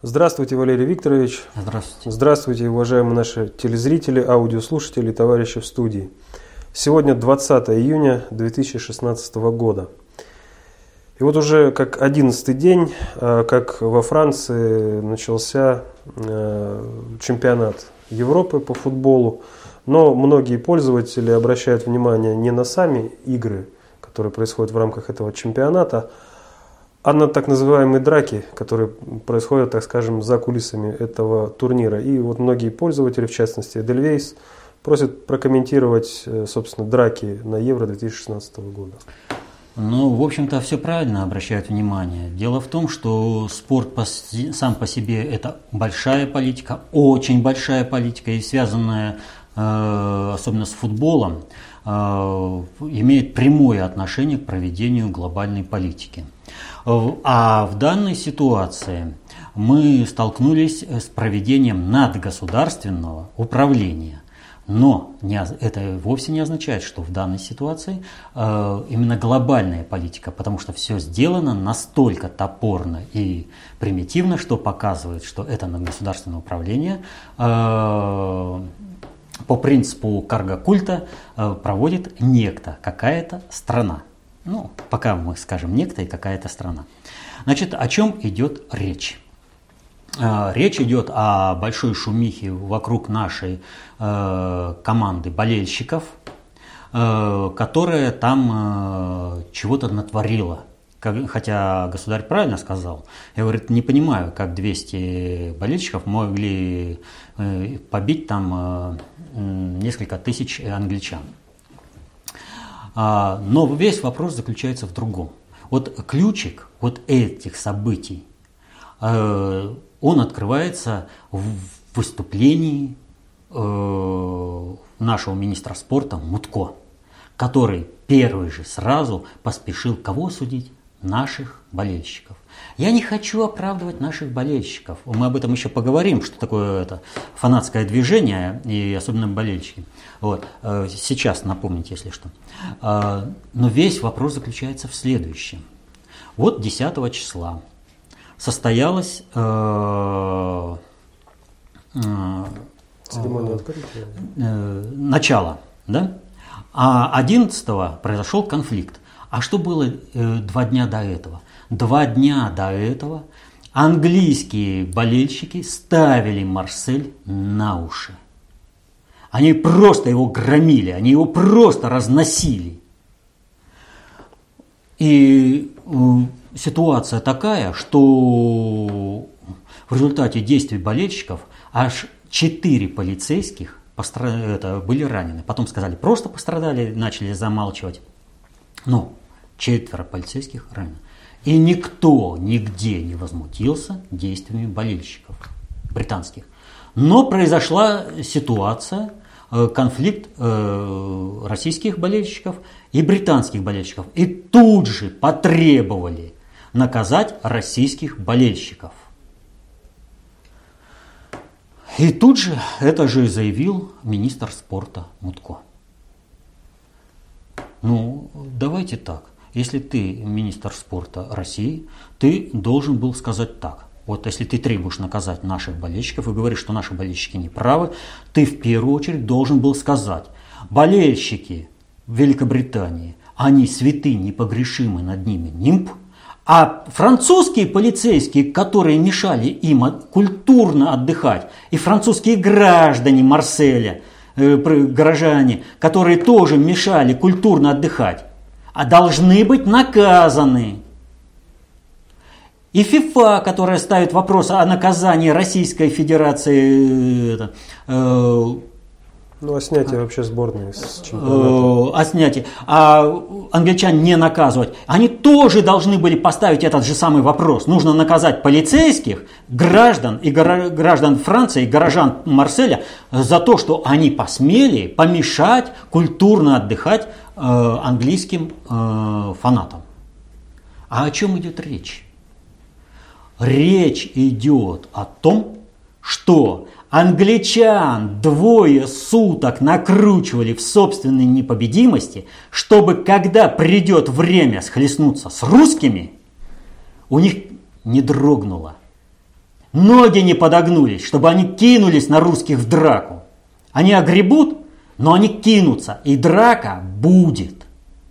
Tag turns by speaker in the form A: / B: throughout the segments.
A: Здравствуйте, Валерий Викторович.
B: Здравствуйте.
A: Здравствуйте, уважаемые наши телезрители, аудиослушатели, товарищи в студии. Сегодня 20 июня 2016 года. И вот уже как 11-й день, как во Франции начался чемпионат Европы по футболу. Но многие пользователи обращают внимание не на сами игры, которые происходят в рамках этого чемпионата, а на так называемые драки, которые происходят, так скажем, за кулисами этого турнира. И вот многие пользователи, в частности Эдельвейс, просят прокомментировать, собственно, драки на Евро 2016 года.
B: Ну, в общем-то, все правильно обращают внимание. Дело в том, что спорт сам по себе – это большая политика, очень большая политика, и связанная особенно с футболом, имеет прямое отношение к проведению глобальной политики. А в данной ситуации мы столкнулись с проведением надгосударственного управления. Но это вовсе не означает, что в данной ситуации именно глобальная политика, потому что все сделано настолько топорно и примитивно, что показывает, что это надгосударственное управление по принципу карго-культа проводит некто, какая-то страна. Ну, пока мы скажем некто и какая-то страна. Значит, о чем идет речь? Речь идет о большой шумихе вокруг нашей команды болельщиков, которая там чего-то натворила. Хотя государь правильно сказал. Я, говорит, не понимаю, как 200 болельщиков могли побить там несколько тысяч англичан. Но весь вопрос заключается в другом. Вот ключик вот этих событий, он открывается в выступлении нашего министра спорта Мутко, который первый же сразу поспешил кого судить? Наших болельщиков. Я не хочу оправдывать наших болельщиков. Мы об этом еще поговорим, что такое это фанатское движение, и особенно болельщики. Вот. Сейчас напомните, если что. Но весь вопрос заключается в следующем. Вот 10 числа состоялась
A: церемония открытия.
B: Начало, да? А 11-го произошел конфликт. А что было 2 дня до этого? 2 дня до этого английские болельщики ставили Марсель на уши. Они просто его громили, они его просто разносили. И ситуация такая, что в результате действий болельщиков аж 4 полицейских были ранены. Потом сказали, просто пострадали, начали замалчивать. Но 4 полицейских ранено. И никто нигде не возмутился действиями болельщиков британских. Но произошла ситуация, конфликт российских болельщиков и британских болельщиков. И тут же потребовали наказать российских болельщиков. И тут же это же заявил министр спорта Мутко. Ну, давайте так. Если ты министр спорта России, ты должен был сказать так. Вот если ты требуешь наказать наших болельщиков и говоришь, что наши болельщики не правы, ты в первую очередь должен был сказать, болельщики в Великобритании, они святы, непогрешимы, над ними нимб, а французские полицейские, которые мешали им культурно отдыхать, и французские граждане Марселя, горожане, которые тоже мешали культурно отдыхать, а должны быть наказаны. И ФИФА, которая ставит вопрос о наказании Российской Федерации,
A: о снятии вообще сборной с чемпионата.
B: О снятии, а англичан не наказывать. Они тоже должны были поставить этот же самый вопрос. Нужно наказать полицейских, граждан и граждан Франции, горожан Марселя за то, что они посмели помешать культурно отдыхать английским фанатам. А о чем идет речь? Речь идет о том, что англичан 2 суток накручивали в собственной непобедимости, чтобы когда придет время схлестнуться с русскими, у них не дрогнуло ноги не подогнулись, чтобы они кинулись на русских в драку. Они огребут, но они кинутся, и драка будет.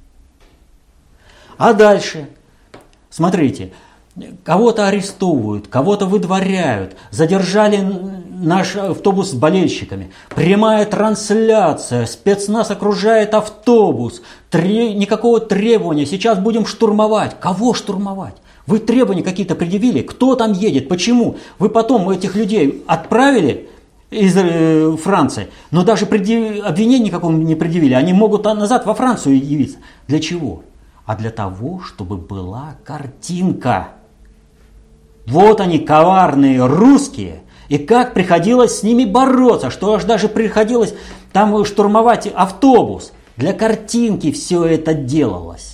B: А дальше, смотрите, кого-то арестовывают, кого-то выдворяют, задержали наш автобус с болельщиками, прямая трансляция, спецназ окружает автобус, никакого требования, сейчас будем штурмовать. Кого штурмовать? Вы требования какие-то предъявили? Кто там едет? Почему? Вы потом этих людей отправили из Франции, но даже обвинения никакого не предъявили. Они могут назад во Францию явиться. Для чего? А для того, чтобы была картинка. Вот они, коварные русские, и как приходилось с ними бороться, что аж даже приходилось там штурмовать автобус. Для картинки все это делалось.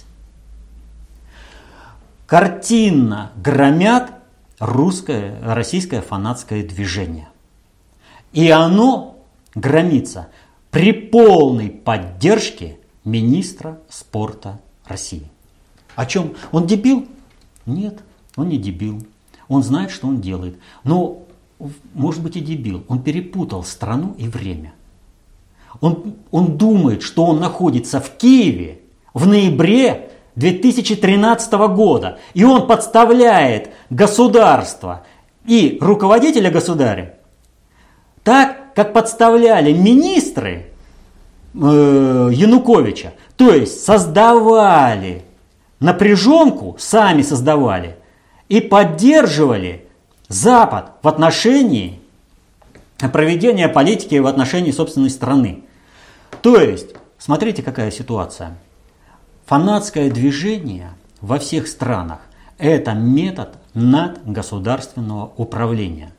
B: Картинно громят российское фанатское движение. И оно громится при полной поддержке министра спорта России. О чем? Он дебил? Нет, он не дебил. Он знает, что он делает. Но, может быть, и дебил. Он перепутал страну и время. Он думает, что он находится в Киеве в ноябре 2013 года. И он подставляет государство и руководителя государя так, как подставляли министры Януковича. То есть создавали напряженку, сами создавали, и поддерживали Запад в отношении проведения политики в отношении собственной страны. То есть, смотрите, какая ситуация. Фанатское движение во всех странах – это метод надгосударственного управления.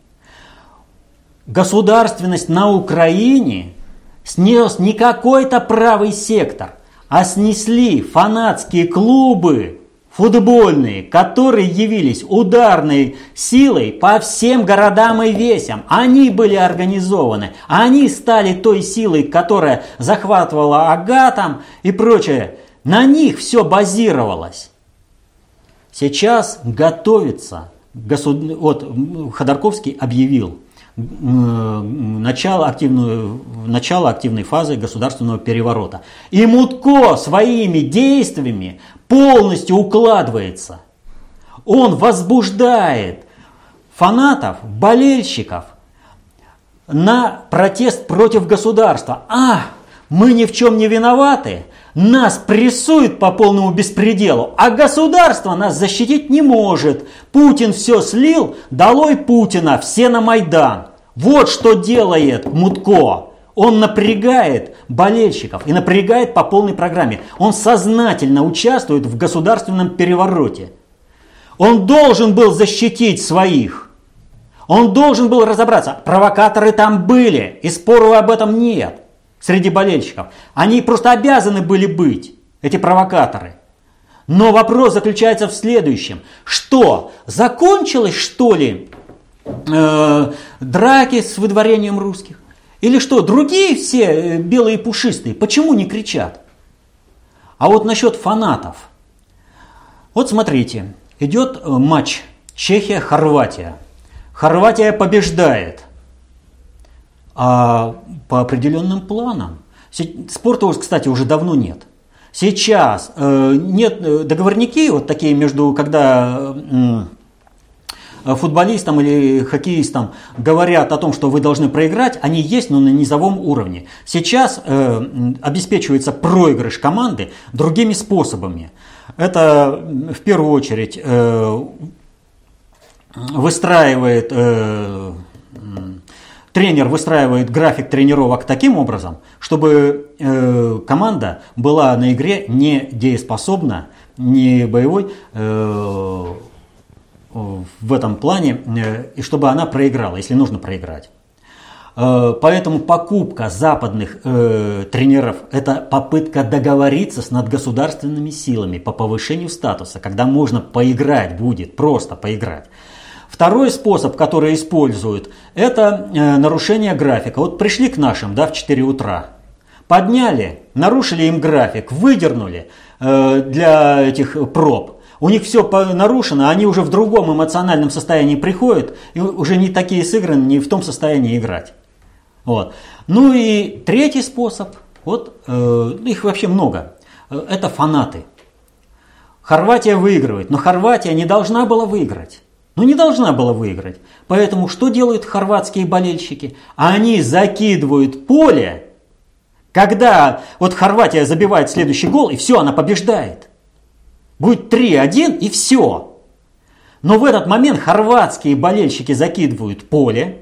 B: Государственность на Украине снес не какой-то правый сектор, а снесли фанатские клубы футбольные, которые явились ударной силой по всем городам и весям. Они были организованы, они стали той силой, которая захватывала Агатом и прочее. На них все базировалось. Сейчас готовится, вот Ходорковский объявил начало активной фазы государственного переворота. И Мутко своими действиями полностью укладывается. Он возбуждает фанатов, болельщиков на протест против государства. Мы ни в чем не виноваты, нас прессуют по полному беспределу, а государство нас защитить не может. Путин все слил, долой Путина, все на Майдан. Вот что делает Мутко. Он напрягает болельщиков и напрягает по полной программе. Он сознательно участвует в государственном перевороте. Он должен был защитить своих. Он должен был разобраться. Провокаторы там были, и спору об этом нет. Среди болельщиков. Они просто обязаны были быть, эти провокаторы. Но вопрос заключается в следующем. Что, закончилось, что ли, драки с выдворением русских? Или что, другие все белые пушистые, почему не кричат? А вот насчет фанатов. Вот смотрите, идет матч Чехия-Хорватия. Хорватия побеждает. А по определенным планам. Спорта, кстати, уже давно нет. Сейчас нет договорники, вот такие между, когда футболистам или хоккеистам говорят о том, что вы должны проиграть, они есть, но на низовом уровне. Сейчас обеспечивается проигрыш команды другими способами. Это в первую очередь тренер выстраивает график тренировок таким образом, чтобы команда была на игре не дееспособна, не боевой в этом плане, и чтобы она проиграла, если нужно проиграть. Поэтому покупка западных тренеров – это попытка договориться с надгосударственными силами по повышению статуса, когда можно поиграть будет, просто поиграть. Второй способ, который используют, это нарушение графика. Вот пришли к нашим, в 4 утра, подняли, нарушили им график, выдернули для этих проб. У них все нарушено, они уже в другом эмоциональном состоянии приходят, и уже не такие сыграны, не в том состоянии играть. Вот. Ну и третий способ, их вообще много, это фанаты. Хорватия выигрывает, но Хорватия не должна была выиграть. Не должна была выиграть. Поэтому что делают хорватские болельщики? Они закидывают поле, когда Хорватия забивает следующий гол, и все, она побеждает. Будет 3-1 и все. Но в этот момент хорватские болельщики закидывают поле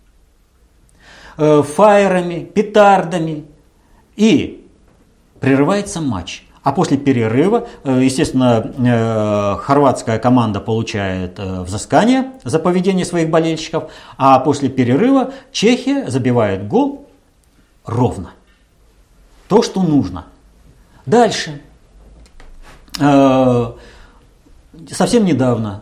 B: фаерами, петардами, и прерывается матч. А после перерыва, естественно, хорватская команда получает взыскание за поведение своих болельщиков, а после перерыва Чехия забивает гол ровно. То, что нужно. Дальше. Совсем недавно,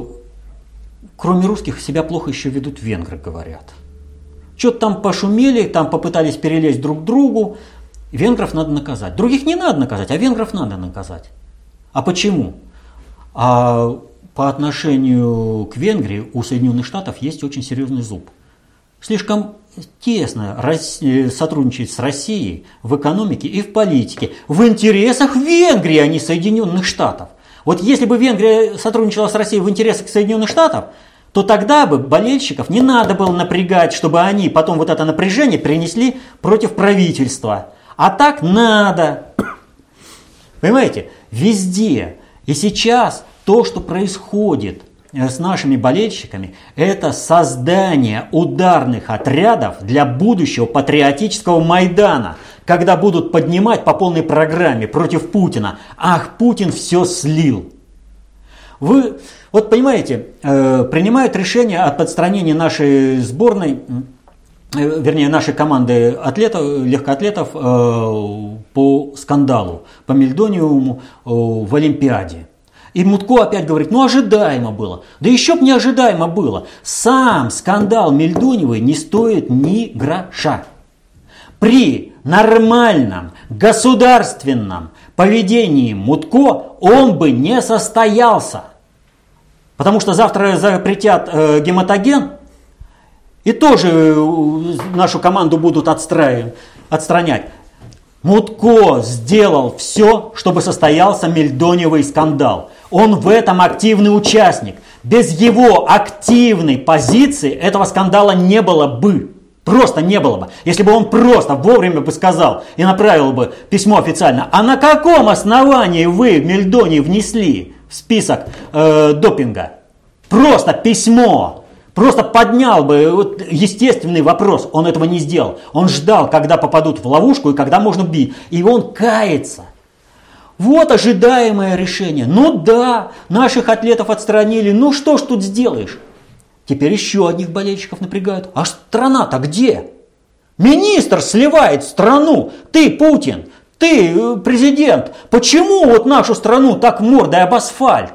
B: кроме русских, себя плохо еще ведут венгры, говорят. Что-то там пошумели, там попытались перелезть друг к другу. Венгров надо наказать. Других не надо наказать, а венгров надо наказать. А почему? А по отношению к Венгрии у Соединенных Штатов есть очень серьезный зуб. Слишком тесно сотрудничает с Россией в экономике и в политике. В интересах Венгрии, а не Соединенных Штатов. Вот если бы Венгрия сотрудничала с Россией в интересах Соединенных Штатов, то тогда бы болельщиков не надо было напрягать, чтобы они потом это напряжение перенесли против правительства. А так надо. Понимаете, везде. И сейчас то, что происходит с нашими болельщиками, это создание ударных отрядов для будущего патриотического Майдана, когда будут поднимать по полной программе против Путина. Ах, Путин все слил. Вы, понимаете, принимают решение о подстранении нашей сборной, вернее, нашей команды легкоатлетов по скандалу, по мельдониуму в Олимпиаде. И Мутко опять говорит, ожидаемо было. Да еще б не ожидаемо было. Сам скандал Мельдониевой не стоит ни гроша. При нормальном государственном поведении Мутко он бы не состоялся. Потому что завтра запретят гематоген, и тоже нашу команду будут отстранять. Мутко сделал все, чтобы состоялся Мельдониевый скандал. Он в этом активный участник. Без его активной позиции этого скандала не было бы. Просто не было бы. Если бы он просто вовремя бы сказал и направил бы письмо официально. А на каком основании вы Мельдонии внесли в список допинга? Просто письмо. Просто поднял бы естественный вопрос. Он этого не сделал. Он ждал, когда попадут в ловушку и когда можно бить. И он кается. Вот ожидаемое решение. Да, наших атлетов отстранили. Что ж тут сделаешь? Теперь еще одних болельщиков напрягают. А страна-то где? Министр сливает страну. Ты, Путин, ты, президент. Почему нашу страну так мордой об асфальт?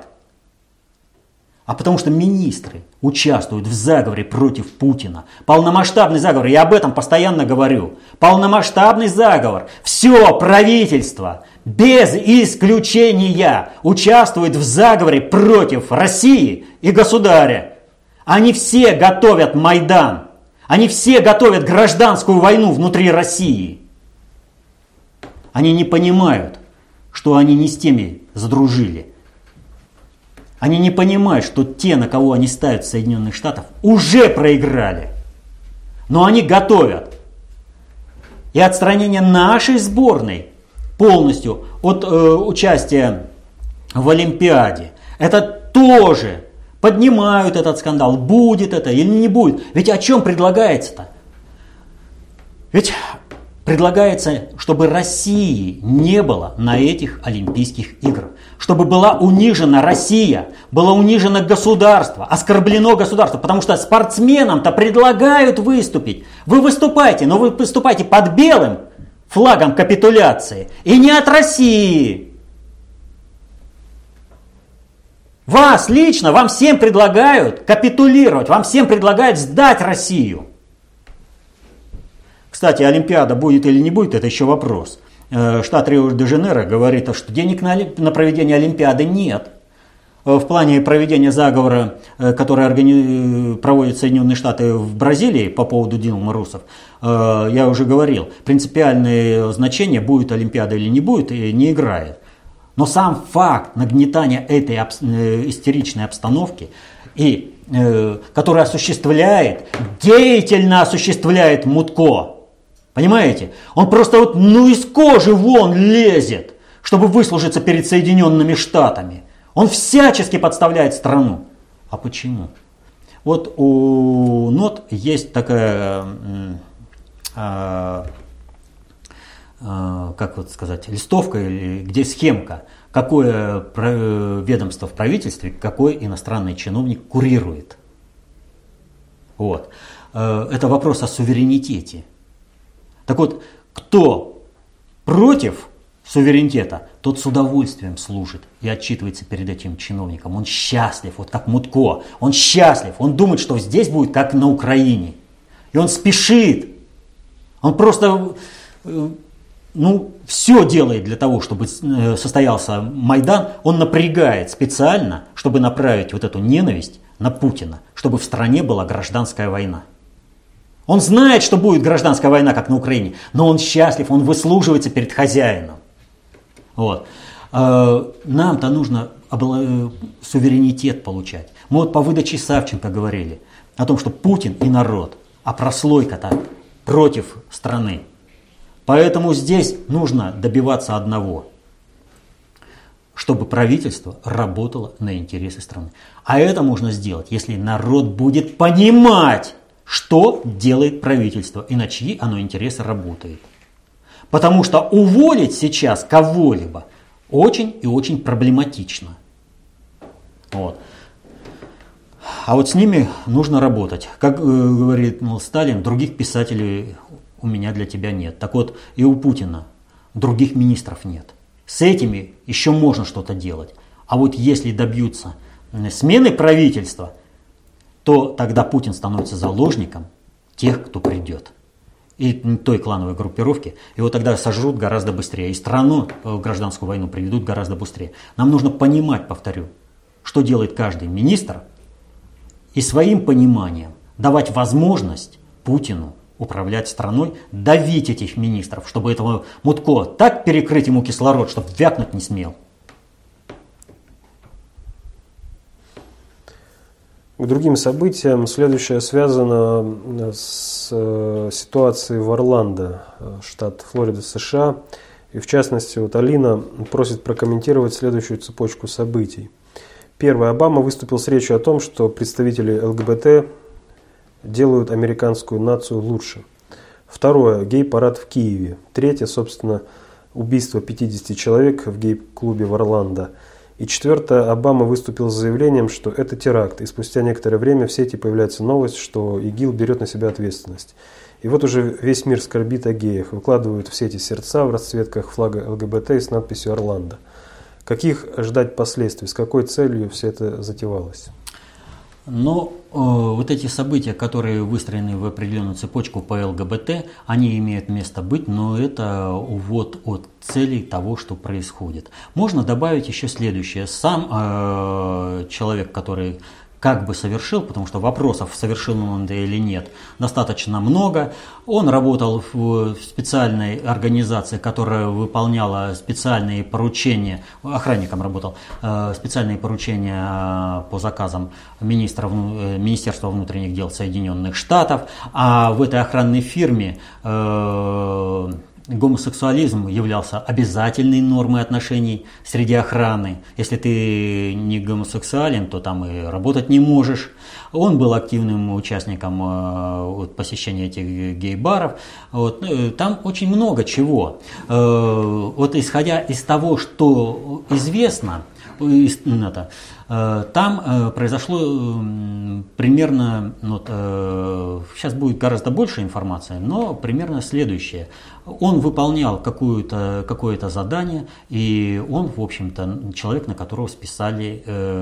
B: А потому что министры участвуют в заговоре против Путина. Полномасштабный заговор, я об этом постоянно говорю. Полномасштабный заговор. Все правительство, без исключения, участвует в заговоре против России и государя. Они все готовят Майдан. Они все готовят гражданскую войну внутри России. Они не понимают, что они не с теми задружили. Они не понимают, что те, на кого они ставят в Соединенных Штатах, уже проиграли. Но они готовят. И отстранение нашей сборной полностью от участия в Олимпиаде, это тоже поднимают этот скандал. Будет это или не будет. Ведь о чем предлагается-то? Ведь предлагается, чтобы России не было на этих Олимпийских играх. Чтобы была унижена Россия, было унижено государство, оскорблено государство. Потому что спортсменам-то предлагают выступить. Вы выступаете, но вы выступаете под белым флагом капитуляции. И не от России. Вас лично, вам всем предлагают капитулировать. Вам всем предлагают сдать Россию. Кстати, Олимпиада будет или не будет, это еще вопрос. Штат Рио-де-Жанейро говорит, что денег на проведение Олимпиады нет. в плане проведения заговора, который проводят Соединенные Штаты в Бразилии по поводу Дилмы Русов, я уже говорил, принципиальное значение, будет Олимпиада или не будет, не играет. Но сам факт нагнетания этой истеричной обстановки, который деятельно осуществляет Мутко, понимаете? Он просто из кожи вон лезет, чтобы выслужиться перед Соединенными Штатами. Он всячески подставляет страну. А почему? Вот у НОТ есть такая, листовка, где схемка, какое ведомство в правительстве, какой иностранный чиновник курирует. Вот. Это вопрос о суверенитете. Так вот, кто против суверенитета, тот с удовольствием служит и отчитывается перед этим чиновником. Он счастлив, вот как Мутко. Он счастлив, он думает, что здесь будет как на Украине. И он спешит. Он просто все делает для того, чтобы состоялся Майдан. Он напрягает специально, чтобы направить вот эту ненависть на Путина, чтобы в стране была гражданская война. Он знает, что будет гражданская война, как на Украине, но он счастлив, он выслуживается перед хозяином. Вот. Нам-то нужно суверенитет получать. Мы вот по выдаче Савченко говорили о том, что Путин и народ, а прослойка-то против страны. Поэтому здесь нужно добиваться одного, чтобы правительство работало на интересы страны. А это можно сделать, если народ будет понимать, что делает правительство и на чьи оно интересы работает. Потому что уволить сейчас кого-либо очень и очень проблематично. Вот. А вот с ними нужно работать. Как говорит Сталин, других писателей у меня для тебя нет. Так вот, и у Путина других министров нет. С этими еще можно что-то делать. А вот если добьются смены правительства, то тогда Путин становится заложником тех, кто придет. И той клановой группировки, его тогда сожрут гораздо быстрее. И страну в гражданскую войну приведут гораздо быстрее. Нам нужно понимать, повторю, что делает каждый министр, и своим пониманием давать возможность Путину управлять страной, давить этих министров, чтобы этого Мутко так перекрыть ему кислород, чтобы вякнуть не смел.
A: К другим событиям следующее связано с ситуацией в Орландо, штат Флорида, США. И в частности, вот Алина просит прокомментировать следующую цепочку событий. Первое. Обама выступил с речью о том, что представители ЛГБТ делают американскую нацию лучше. Второе. Гей-парад в Киеве. Третье, собственно, убийство 50 человек в гей-клубе в Орландо. И четвертое, Обама выступил с заявлением, что это теракт. И спустя некоторое время в сети появляется новость, что ИГИЛ берет на себя ответственность. И вот уже весь мир скорбит о геях. Выкладывают в сети сердца в расцветках флага ЛГБТ и с надписью «Орландо». Каких ждать последствий? С какой целью все это затевалось?
B: Но вот эти события, которые выстроены в определенную цепочку по ЛГБТ, они имеют место быть, но это увод от целей того, что происходит. Можно добавить еще следующее. Сам человек, который как бы совершил, потому что вопросов, совершил он это или нет, достаточно много. Он работал в специальной организации, которая выполняла специальные поручения, охранником работал, специальные поручения по заказам Министерства внутренних дел Соединенных Штатов. А в этой охранной фирме гомосексуализм являлся обязательной нормой отношений среди охраны. Если ты не гомосексуален, то там и работать не можешь. Он был активным участником посещения этих гей-баров. Вот. Там очень много чего. Вот исходя из того, что известно, там произошло примерно, сейчас будет гораздо больше информации, но примерно следующее. Он выполнял какое-то задание, и он, в общем-то, человек, на которого списали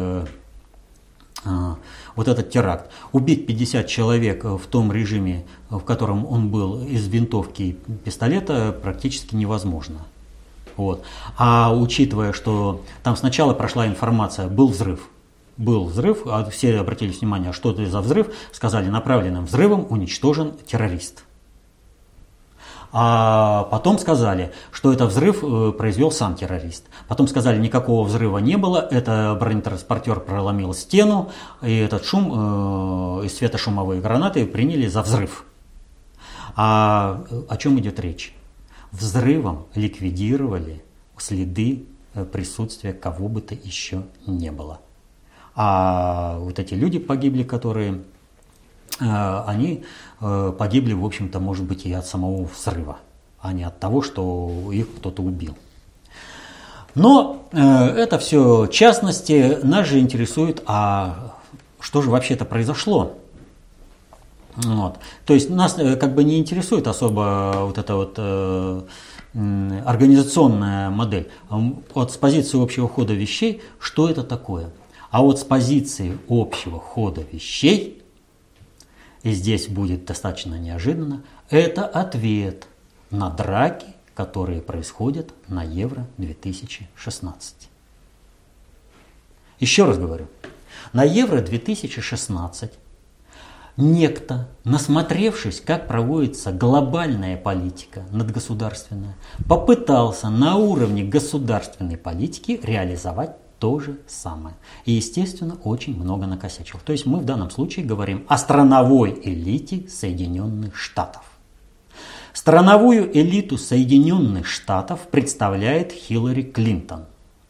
B: вот этот теракт. Убить 50 человек в том режиме, в котором он был, из винтовки и пистолета, практически невозможно. Вот. А учитывая, что там сначала прошла информация, был взрыв, был взрыв, а все обратили внимание, что это за взрыв, сказали, направленным взрывом уничтожен террорист. А потом сказали, что это взрыв произвел сам террорист. Потом сказали, никакого взрыва не было, это бронетранспортер проломил стену, и этот шум из светошумовые гранаты приняли за взрыв. А о чем идет речь? Взрывом ликвидировали следы присутствия кого бы то еще не было. А вот эти люди погибли, которые... они погибли, в общем-то, может быть, и от самого взрыва, а не от того, что их кто-то убил. Но это все частности. Нас же интересует, а что же вообще-то произошло? Вот. То есть нас как бы не интересует особо вот эта вот организационная модель. Вот с позиции общего хода вещей, что это такое? А вот с позиции общего хода вещей, и здесь будет достаточно неожиданно, это ответ на драки, которые происходят на Евро-2016. Еще раз говорю, на Евро-2016 некто, насмотревшись, как проводится глобальная политика надгосударственная, попытался на уровне государственной политики реализовать то же самое. И, естественно, очень много накосячил. То есть мы в данном случае говорим о страновой элите Соединенных Штатов. Страновую элиту Соединенных Штатов представляет Хиллари Клинтон.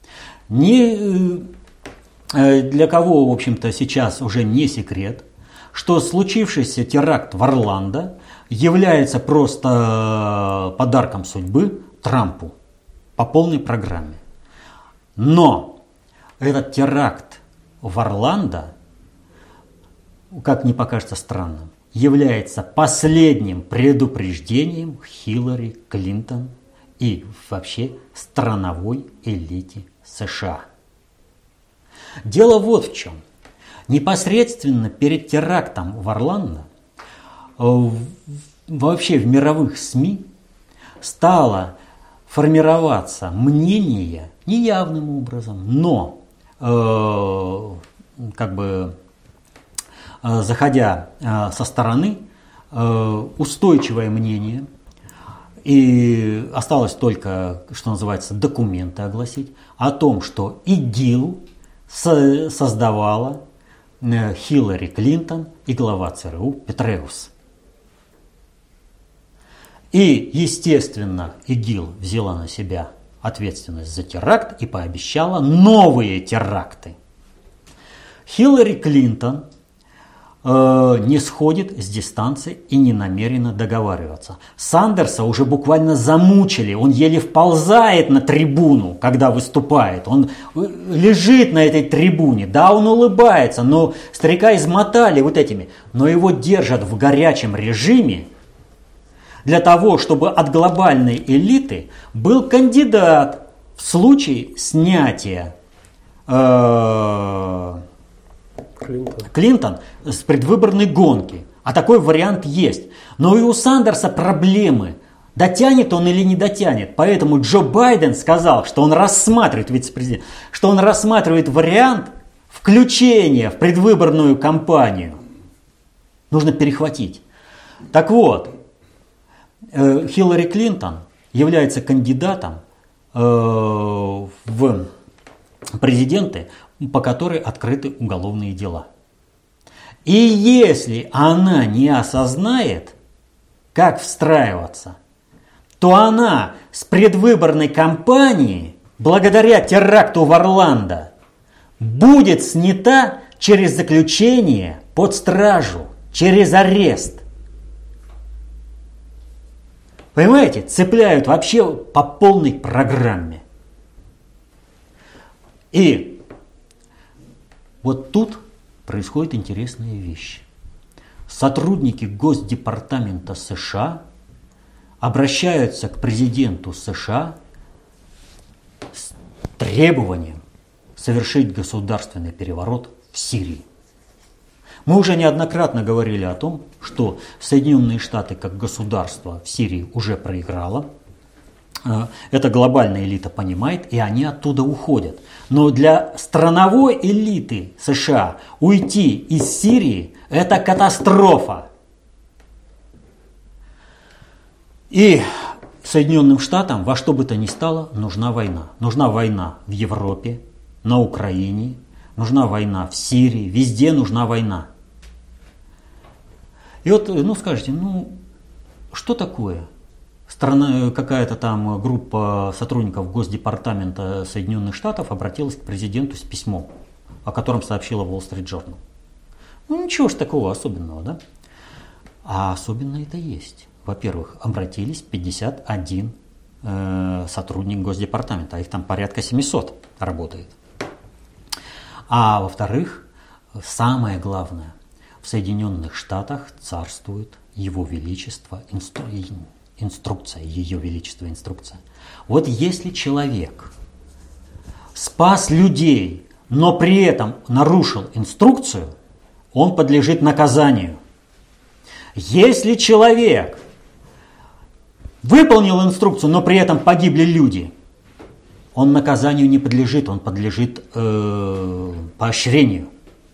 B: Для кого, в общем-то, сейчас уже не секрет, что случившийся теракт в Орландо является просто подарком судьбы Трампу по полной программе. Но этот теракт в Орландо, как не покажется странным, является последним предупреждением Хиллари Клинтон и вообще страновой элите США. Дело вот в чем. Непосредственно перед терактом в Орландо вообще в мировых СМИ стало формироваться мнение неявным образом, но заходя со стороны, устойчивое мнение, и осталось только, что называется, документы огласить о том, что ИГИЛ создавала Хиллари Клинтон и глава ЦРУ Петреус. И, естественно, ИГИЛ взяла на себя ответственность за теракт и пообещала новые теракты. Хиллари Клинтон не сходит с дистанции и не намерена договариваться. Сандерса уже буквально замучили, он еле вползает на трибуну, когда выступает. Он лежит на этой трибуне, да, он улыбается, но старика измотали вот этими. Но его держат в горячем режиме для того, чтобы от глобальной элиты был кандидат в случае снятия Клинтон с предвыборной гонки. А такой вариант есть. Но и у Сандерса проблемы. Дотянет он или не дотянет. Поэтому Джо Байден сказал, что он рассматривает, вице-президент, что он рассматривает вариант включения в предвыборную кампанию. Нужно перехватить. Так вот, Хиллари Клинтон является кандидатом в президенты, по которой открыты уголовные дела. И если она не осознает, как встраиваться, то она с предвыборной кампании, благодаря теракту в Орландо, будет снята через заключение под стражу, через арест. Понимаете, цепляют вообще по полной программе. И вот тут происходит интересная вещь. Сотрудники Госдепартамента США обращаются к президенту США с требованием совершить государственный переворот в Сирии. Мы уже неоднократно говорили о том, что Соединенные Штаты как государство в Сирии уже проиграло. эта глобальная элита понимает, и они оттуда уходят. Но для страновой элиты США уйти из Сирии – это катастрофа. И Соединенным Штатам во что бы то ни стало нужна война. Нужна война в Европе, на Украине, нужна война в Сирии, везде нужна война. И вот, скажите, что такое? Какая-то там группа сотрудников Госдепартамента Соединенных Штатов обратилась к президенту с письмом, о котором сообщила Wall Street Journal. Ничего ж такого особенного, да? А особенно это есть. Во-первых, обратились 51 сотрудник Госдепартамента, а их там порядка 700 работает. А во-вторых, самое главное, в Соединенных Штатах царствует Его Величество инструкция, Ее Величество инструкция. Вот если человек спас людей, но при этом нарушил инструкцию, он подлежит наказанию. Если человек выполнил инструкцию, но при этом погибли люди, он наказанию не подлежит, он подлежит поощрению.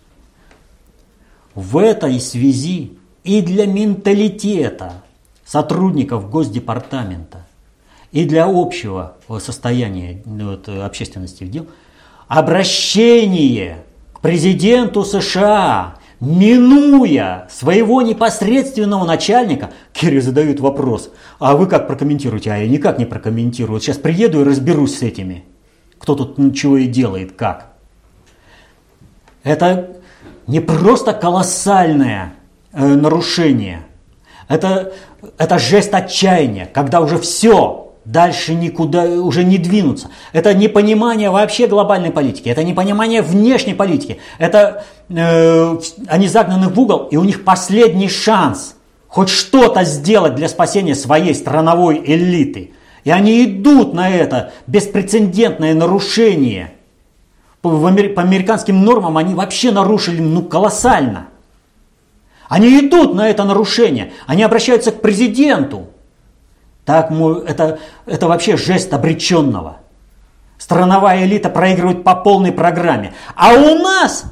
B: В этой связи и для менталитета сотрудников Госдепартамента, и для общего состояния общественных дел обращение к президенту США, минуя своего непосредственного начальника, Керри задают вопрос: а вы как прокомментируете? А я никак не прокомментирую. Вот сейчас приеду и разберусь с этими, кто тут чего и делает, как. Это не просто колоссальное нарушение, это жест отчаяния, когда уже все, дальше никуда уже не двинуться. Это непонимание вообще глобальной политики, это непонимание внешней политики. Это они загнаны в угол, и у них последний шанс хоть что-то сделать для спасения своей страновой элиты. И они идут на это беспрецедентное нарушение. По американским нормам они вообще нарушили колоссально. Они идут на это нарушение, они обращаются к президенту. Так, это вообще жест обреченного. Страновая элита проигрывает по полной программе. А у нас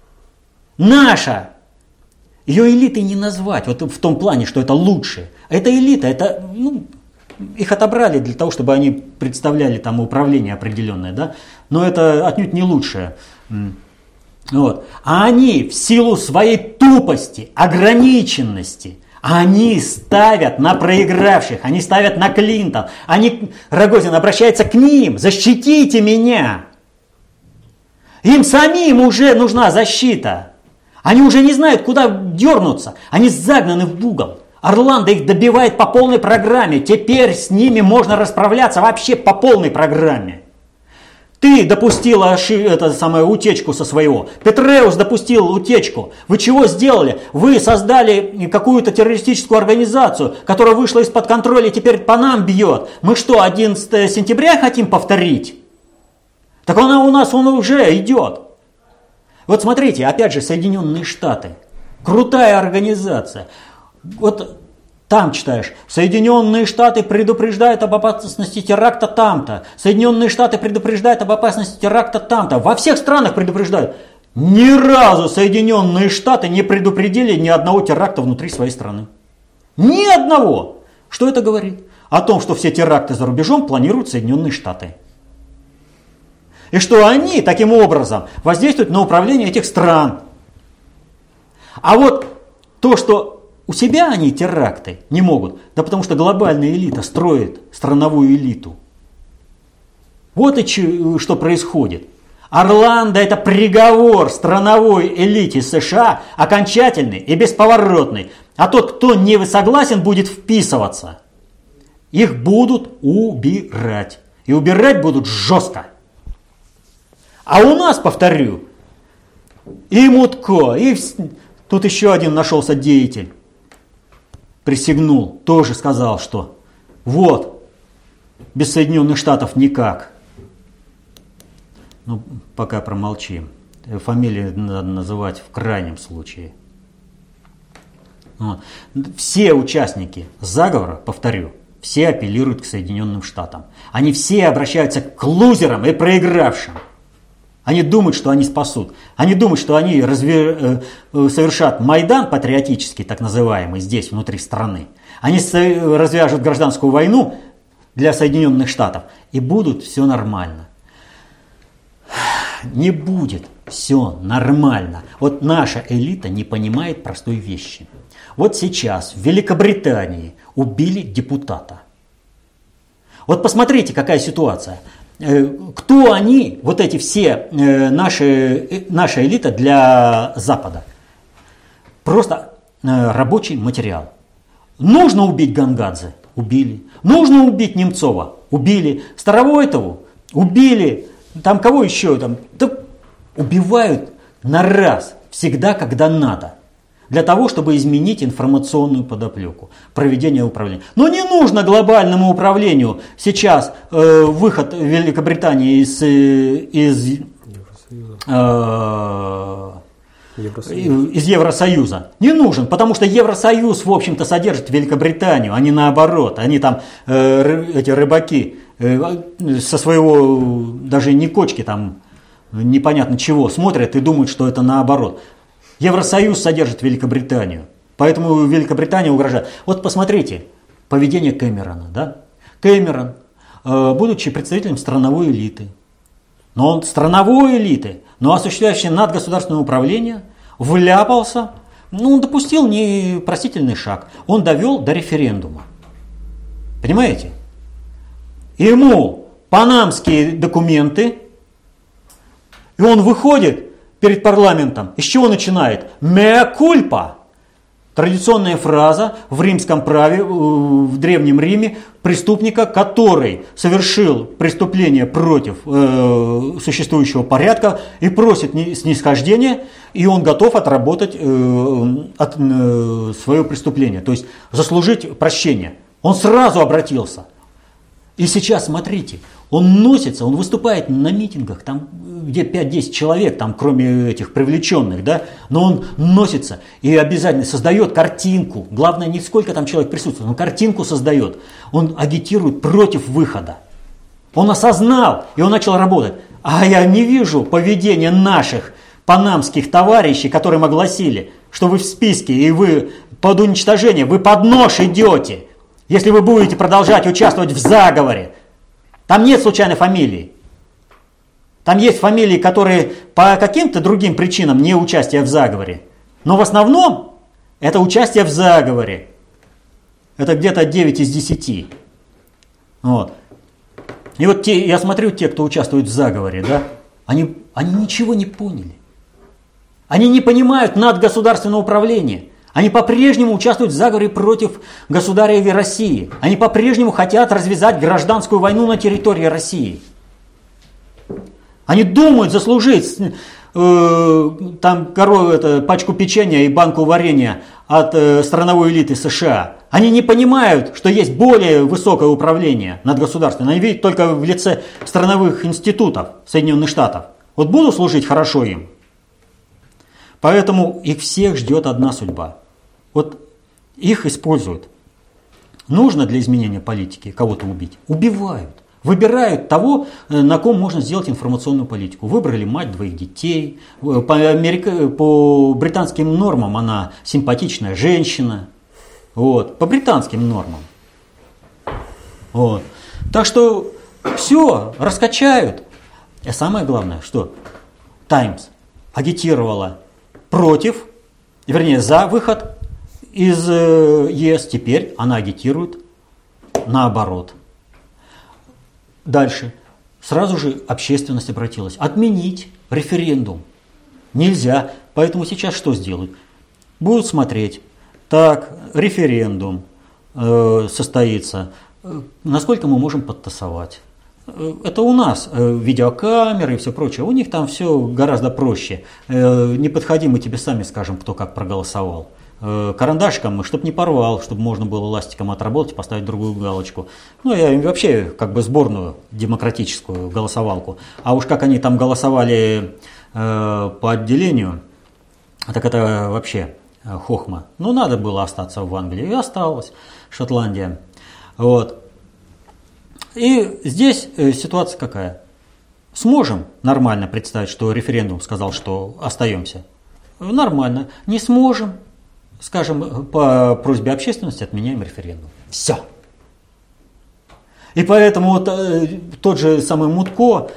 B: наша, ее элитой не назвать, вот в том плане, что это лучше. Это элита, их отобрали для того, чтобы они представляли там управление определенное, да? Но это отнюдь не лучшее. Вот. А они в силу своей тупости, ограниченности, они ставят на проигравших, они ставят на Клинтон. Рогозин обращается к ним: защитите меня. Им самим уже нужна защита. Они уже не знают, куда дернуться. Они загнаны в угол. Орландо их добивает по полной программе. Теперь с ними можно расправляться вообще по полной программе. Ты допустила утечку со своего. Петреус допустил утечку. Вы чего сделали? Вы создали какую-то террористическую организацию, которая вышла из-под контроля и теперь по нам бьет. Мы что, 11 сентября хотим повторить? Так она у нас уже идет. Вот смотрите, опять же, Соединенные Штаты. Крутая организация. Вот там читаешь: Соединенные Штаты предупреждают об опасности теракта там-то. Соединенные Штаты предупреждают об опасности теракта там-то. Во всех странах предупреждают. Ни разу Соединенные Штаты не предупредили ни одного теракта внутри своей страны. Ни одного. Что это говорит? О том, что все теракты за рубежом планируют Соединенные Штаты. И что они таким образом воздействуют на управление этих стран. А вот то, что у себя они теракты не могут, да потому что глобальная элита строит страновую элиту. Вот и что происходит. Орландо — это приговор страновой элите США, окончательный и бесповоротный. А тот, кто не согласен, будет вписываться. Их будут убирать. И убирать будут жестко. А у нас, повторю, и Мутко, и тут еще один нашелся деятель. Присягнул, тоже сказал, что вот, без Соединенных Штатов никак. Пока промолчим. Фамилии надо называть в крайнем случае. Вот. Все участники заговора, повторю, все апеллируют к Соединенным Штатам. Они все обращаются к лузерам и проигравшим. Они думают, что они спасут. Они думают, что они совершат Майдан патриотический, так называемый, здесь, внутри страны. Они развяжут гражданскую войну для Соединенных Штатов, и будут все нормально. Не будет все нормально. Вот наша элита не понимает простой вещи. Вот сейчас в Великобритании убили депутата. Вот посмотрите, какая ситуация. Кто они, вот эти все наша элита для Запада? Просто рабочий материал. Нужно убить Гангадзе? Убили. Нужно убить Немцова? Убили. Старовойтову? Убили. Там кого еще? Да убивают на раз, всегда, когда надо. Для того, чтобы изменить информационную подоплеку, проведение управления. Но не нужно глобальному управлению сейчас выход Великобритании из Евросоюза. Не нужен, потому что Евросоюз, в общем-то, содержит Великобританию, а не наоборот. Они там, эти рыбаки, со своего, даже не кочки там, непонятно чего, смотрят и думают, что это наоборот. Евросоюз содержит Великобританию, поэтому Великобритания угрожает. Вот посмотрите, поведение Кэмерона. Да? Кэмерон, будучи представителем страновой элиты, но осуществляющий надгосударственное управление, вляпался, он допустил непростительный шаг. Он довел до референдума. Понимаете? Ему панамские документы, и он выходит перед парламентом. И с чего начинает? «Меа кульпа». Традиционная фраза в римском праве, в Древнем Риме, преступника, который совершил преступление против существующего порядка и просит снисхождения, и он готов отработать свое преступление, то есть заслужить прощение. Он сразу обратился. И сейчас, смотрите, он носится, он выступает на митингах, там где 5-10 человек, там, кроме этих привлеченных, да, но он носится и обязательно создает картинку. Главное, не сколько там человек присутствует, он картинку создает. Он агитирует против выхода. Он осознал, и он начал работать. А я не вижу поведения наших панамских товарищей, которым огласили, что вы в списке, и вы под уничтожение, вы под нож идете, если вы будете продолжать участвовать в заговоре. Там нет случайной фамилии. Там есть фамилии, которые по каким-то другим причинам не участие в заговоре. Но в основном это участие в заговоре. Это где-то 9 из 10. Вот. И вот я смотрю, те, кто участвует в заговоре, да, они ничего не поняли. Они не понимают надгосударственного управления. Они по-прежнему участвуют в заговоре против государя России. Они по-прежнему хотят развязать гражданскую войну на территории России. Они думают заслужить пачку печенья и банку варенья от страновой элиты США. Они не понимают, что есть более высокое управление надгосударственное. Они видят только в лице страновых институтов Соединенных Штатов. Вот буду служить хорошо им. Поэтому их всех ждет одна судьба. Вот их используют. Нужно для изменения политики кого-то убить. Убивают. Выбирают того, на ком можно сделать информационную политику. Выбрали мать двоих детей. По британским нормам она симпатичная женщина. Вот. По британским нормам. Вот. Так что все, раскачают. И самое главное, что Times агитировала против, вернее, за выход из ЕС. Теперь она агитирует наоборот. Дальше. Сразу же общественность обратилась. Отменить референдум нельзя. Поэтому сейчас что сделают? Будут смотреть. Так, референдум состоится. Насколько мы можем подтасовать? Это у нас видеокамеры и все прочее. У них там все гораздо проще. Не подходи, мы тебе сами скажем, кто как проголосовал. Карандашиком, чтобы не порвал, чтобы можно было ластиком отработать, поставить другую галочку. Ну, я вообще как бы сборную демократическую голосовалку. А уж как они там голосовали по отделению, так это вообще хохма. Ну, надо было остаться в Англии. И осталось. Шотландия. Вот. И здесь ситуация какая? Сможем нормально представить, что референдум сказал, что остаемся? Нормально. Не сможем, скажем, по просьбе общественности отменяем референдум. Все. И поэтому вот тот же самый Мутко,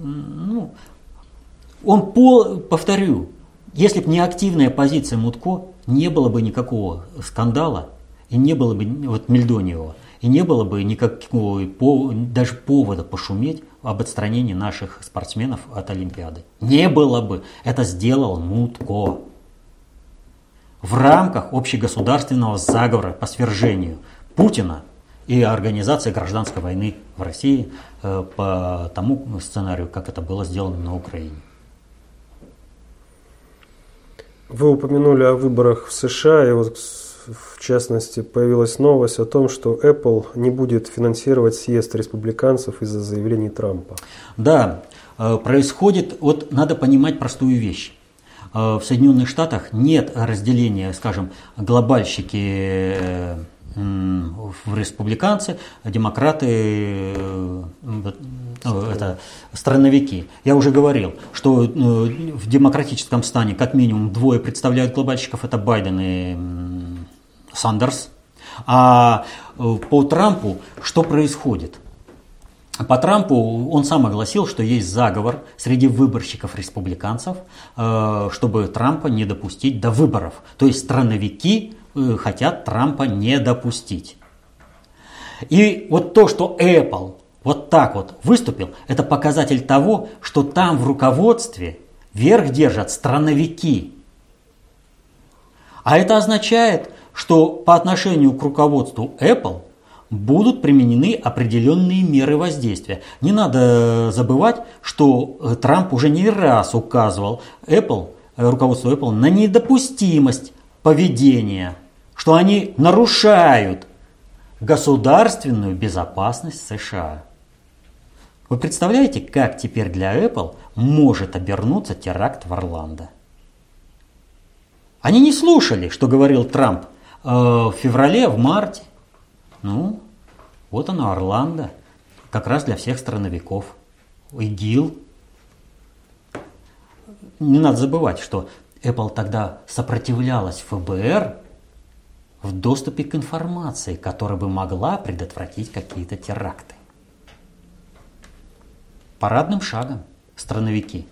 B: повторю, если бы не активная позиция Мутко, не было бы никакого скандала, и не было бы вот Мельдониева, и не было бы никакого даже повода пошуметь об отстранении наших спортсменов от Олимпиады. Не было бы. Это сделал Мутко. В рамках общегосударственного заговора по свержению Путина и организации гражданской войны в России по тому сценарию, как это было сделано на Украине.
A: Вы упомянули о выборах в США, и вот в частности появилась новость о том, что Apple не будет финансировать съезд республиканцев из-за заявлений Трампа.
B: Да, происходит, вот надо понимать простую вещь. В Соединенных Штатах нет разделения, скажем, глобальщики в республиканцы, демократы, это страновики. Я уже говорил, что в демократическом стане как минимум двое представляют глобальщиков, это Байден и Сандерс. А по Трампу что происходит? По Трампу он сам огласил, что есть заговор среди выборщиков-республиканцев, чтобы Трампа не допустить до выборов. То есть страновики хотят Трампа не допустить. И вот то, что Apple вот так вот выступил, это показатель того, что там в руководстве верх держат страновики. А это означает, что по отношению к руководству Apple будут применены определенные меры воздействия. Не надо забывать, что Трамп уже не раз указывал руководству Apple на недопустимость поведения, что они нарушают государственную безопасность США. Вы представляете, как теперь для Apple может обернуться теракт в Орландо? Они не слушали, что говорил Трамп в феврале, в марте. Ну, вот оно, Орландо, как раз для всех страновиков. ИГИЛ. Не надо забывать, что Apple тогда сопротивлялась ФБР в доступе к информации, которая бы могла предотвратить какие-то теракты. Парадным шагом страновики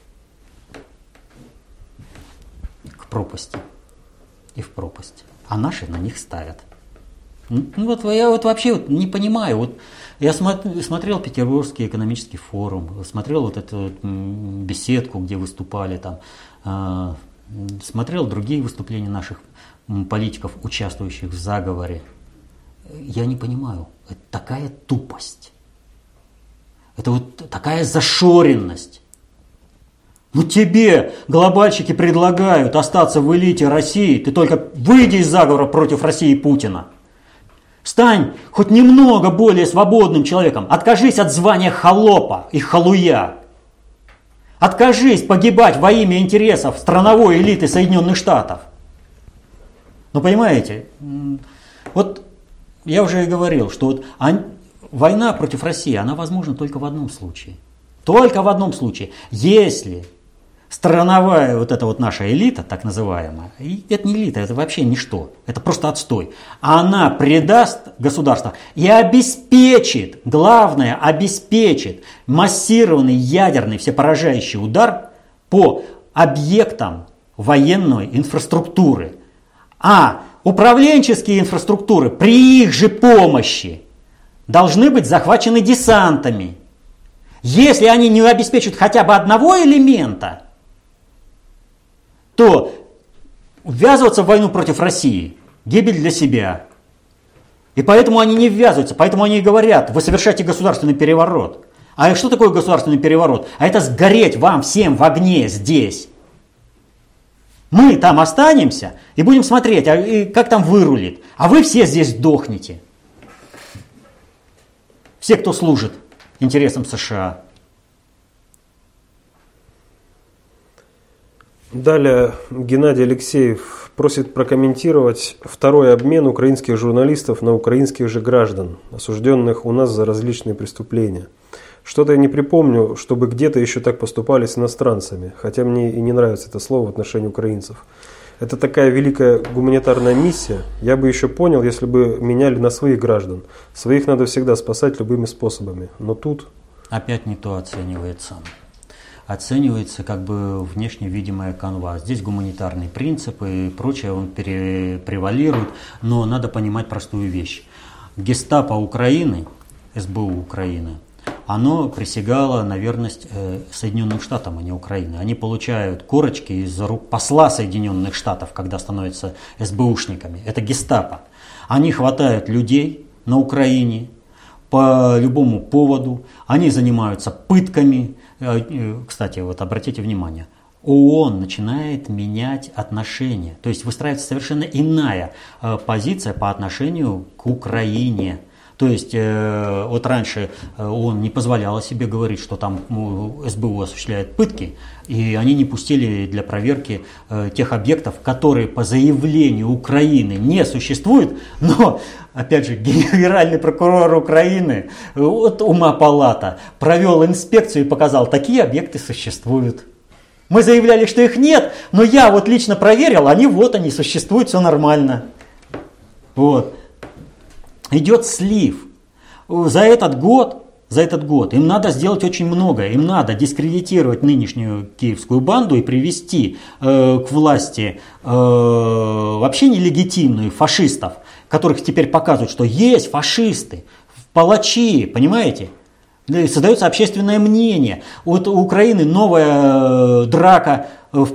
B: к пропасти и в пропасть, а наши на них ставят. Вот я вот вообще вот не понимаю. Вот я смотрел Петербургский экономический форум, смотрел вот эту беседку, где выступали там, смотрел другие выступления наших политиков, участвующих в заговоре. Я не понимаю, это такая тупость, это вот такая зашоренность. Ну тебе глобальщики предлагают остаться в элите России, ты только выйди из заговора против России и Путина. Стань хоть немного более свободным человеком. Откажись от звания холопа и халуя. Откажись погибать во имя интересов страновой элиты Соединенных Штатов. Ну понимаете, вот я уже и говорил, что вот война против России, она возможна только в одном случае. Только в одном случае. Если страновая вот эта вот наша элита, так называемая, и это не элита, это вообще ничто, это просто отстой, она предаст государство и обеспечит, главное, обеспечит массированный ядерный всепоражающий удар по объектам военной инфраструктуры. А управленческие инфраструктуры при их же помощи должны быть захвачены десантами. Если они не обеспечат хотя бы одного элемента, то ввязываться в войну против России – гибель для себя. И поэтому они не ввязываются, поэтому они и говорят, вы совершаете государственный переворот. А что такое государственный переворот? А это сгореть вам всем в огне здесь. Мы там останемся и будем смотреть, как там вырулит. А вы все здесь сдохнете. Все, кто служит интересам США.
A: Далее Геннадий Алексеев просит прокомментировать второй обмен украинских журналистов на украинских же граждан, осужденных у нас за различные преступления. Что-то я не припомню, чтобы где-то еще так поступали с иностранцами, хотя мне и не нравится это слово в отношении украинцев. Это такая великая гуманитарная миссия. Я бы еще понял, если бы меняли на своих граждан. Своих надо всегда спасать любыми способами. Но тут...
B: Опять не то оценивается. Оценивается как бы внешне видимая канва. Здесь гуманитарные принципы и прочее, он превалирует. Но надо понимать простую вещь. Гестапо Украины, СБУ Украины, оно присягало на верность Соединенным Штатам, а не Украине. Они получают корочки из рук посла Соединенных Штатов, когда становятся СБУшниками. Это гестапо. Они хватают людей на Украине по любому поводу. Они занимаются пытками. Кстати, вот обратите внимание, ООН начинает менять отношения. То есть выстраивается совершенно иная позиция по отношению к Украине. То есть вот раньше ООН не позволяла себе говорить, что там СБУ осуществляет пытки, и они не пустили для проверки тех объектов, которые по заявлению Украины не существуют, но, опять же, генеральный прокурор Украины от ума палата провел инспекцию и показал, такие объекты существуют. Мы заявляли, что их нет, но я вот лично проверил, они существуют, все нормально. Вот. Идет слив. За этот год им надо сделать очень многое. Им надо дискредитировать нынешнюю киевскую банду и привести к власти вообще нелегитимную фашистов, которых теперь показывают, что есть фашисты, палачи, понимаете? Создается общественное мнение. Вот у Украины новая драка в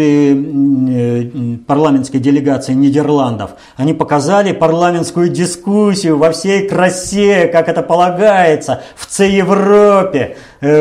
B: присутствии парламентской делегации Нидерландов. Они показали парламентскую дискуссию во всей красе, как это полагается, в Европе,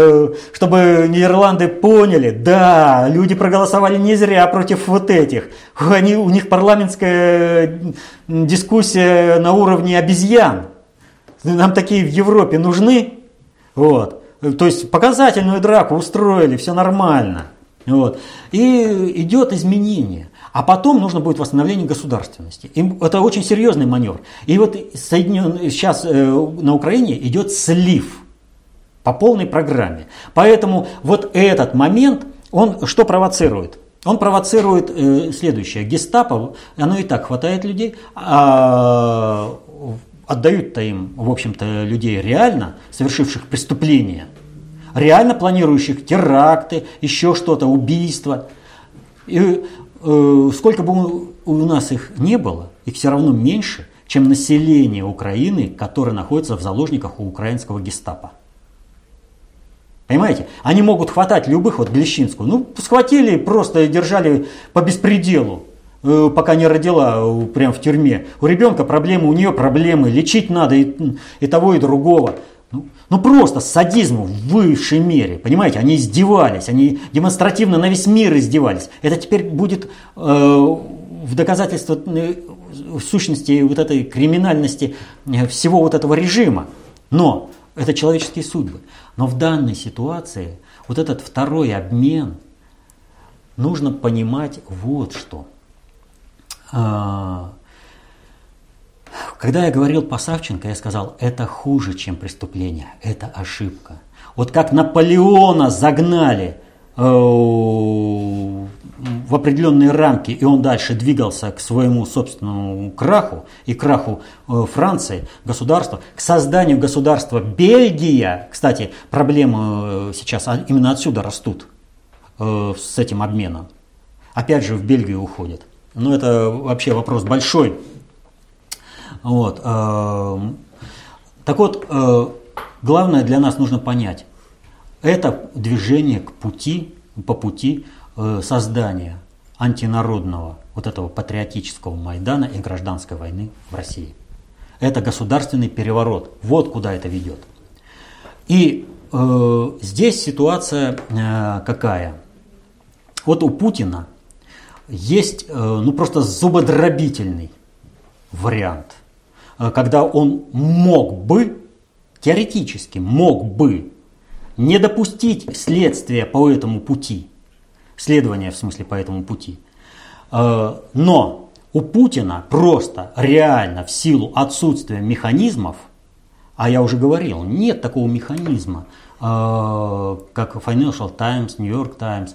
B: чтобы Нидерланды поняли, да, люди проголосовали не зря против вот этих. У них парламентская дискуссия на уровне обезьян. Нам такие в Европе нужны. Вот. То есть показательную драку устроили, все нормально. Вот. И идет изменение. А потом нужно будет восстановление государственности. И это очень серьезный маневр. И вот сейчас на Украине идет слив по полной программе. Поэтому вот этот момент, он что провоцирует? Он провоцирует следующее. Гестапо, оно и так хватает людей, отдают-то им, в общем-то, людей реально совершивших преступления, реально планирующих теракты, еще что-то, убийства. И сколько бы у нас их не было, их все равно меньше, чем население Украины, которое находится в заложниках у украинского гестапо. Понимаете? Они могут хватать любых, вот Глещинскую, схватили, просто держали по беспределу, пока не родила, прям в тюрьме. У ребенка проблемы, у нее проблемы, лечить надо и того, и другого. Просто садизм в высшей мере, понимаете, они издевались, они демонстративно на весь мир издевались. Это теперь будет в доказательство в сущности вот этой криминальности всего вот этого режима. Но это человеческие судьбы. Но в данной ситуации вот этот второй обмен нужно понимать вот что. Когда я говорил по Савченко, я сказал, это хуже, чем преступление, это ошибка. Вот как Наполеона загнали в определенные рамки, и он дальше двигался к своему собственному краху и краху Франции, государства, к созданию государства Бельгия. Кстати, проблемы сейчас именно отсюда растут с этим обменом. Опять же в Бельгию уходят. Но это вообще вопрос большой. Вот. Так вот, главное для нас нужно понять, это движение по пути создания антинародного вот этого патриотического Майдана и гражданской войны в России. Это государственный переворот. Вот куда это ведет. И здесь ситуация какая? Вот у Путина есть просто зубодробительный вариант, когда он теоретически мог бы не допустить следствия по этому пути, следования в смысле по этому пути, Но у Путина просто реально в силу отсутствия механизмов, а я уже говорил, нет такого механизма, как Financial Times, New York Times.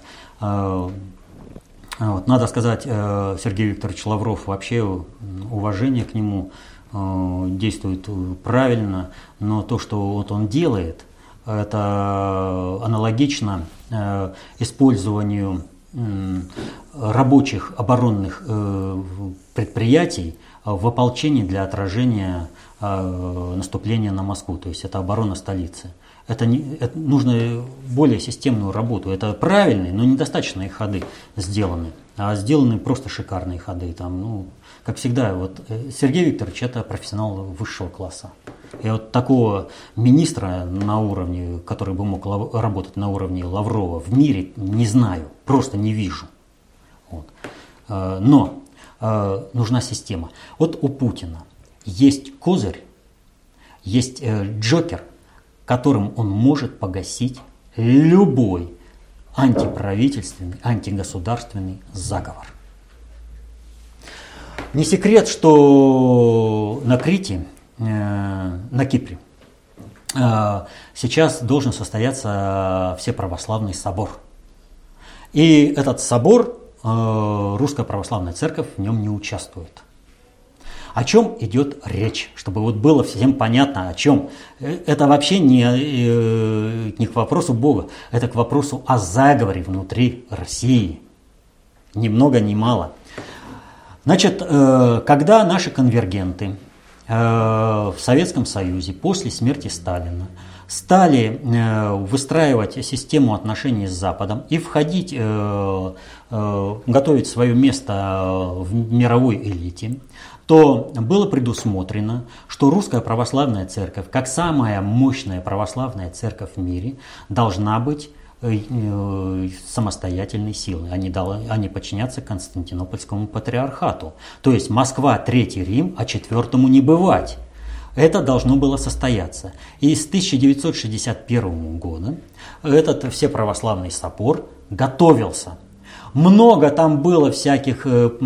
B: Вот, надо сказать, Сергей Викторович Лавров, вообще уважение к нему, действует правильно, но то, что вот он делает, это аналогично использованию рабочих оборонных предприятий в ополчении для отражения наступления на Москву, то есть это оборона столицы. Это нужно более системную работу. Это правильные, но недостаточные ходы сделаны. А сделаны просто шикарные ходы. Там, ну, как всегда, вот Сергей Викторович – это профессионал высшего класса. И вот такого министра на уровне, который бы мог работать на уровне Лаврова в мире, не знаю, просто не вижу. Вот. Но нужна система. Вот у Путина есть козырь, есть джокер, которым он может погасить любой антиправительственный, антигосударственный заговор. Не секрет, что на Крите, на Кипре, сейчас должен состояться Всеправославный собор. И этот собор, Русская Православная Церковь в нем не участвует. О чем идет речь, чтобы вот было всем понятно, о чем. Это вообще не к вопросу Бога, это к вопросу о заговоре внутри России. Ни много ни мало. Значит, когда наши конвергенты в Советском Союзе после смерти Сталина стали выстраивать систему отношений с Западом и входить, готовить свое место в мировой элите, то было предусмотрено, что Русская Православная Церковь, как самая мощная православная церковь в мире, должна быть самостоятельной силой. Они подчинятся Константинопольскому патриархату. То есть Москва, Третий Рим, а четвертому не бывать. Это должно было состояться. И с 1961 года этот Всеправославный собор готовился. Много там было всяких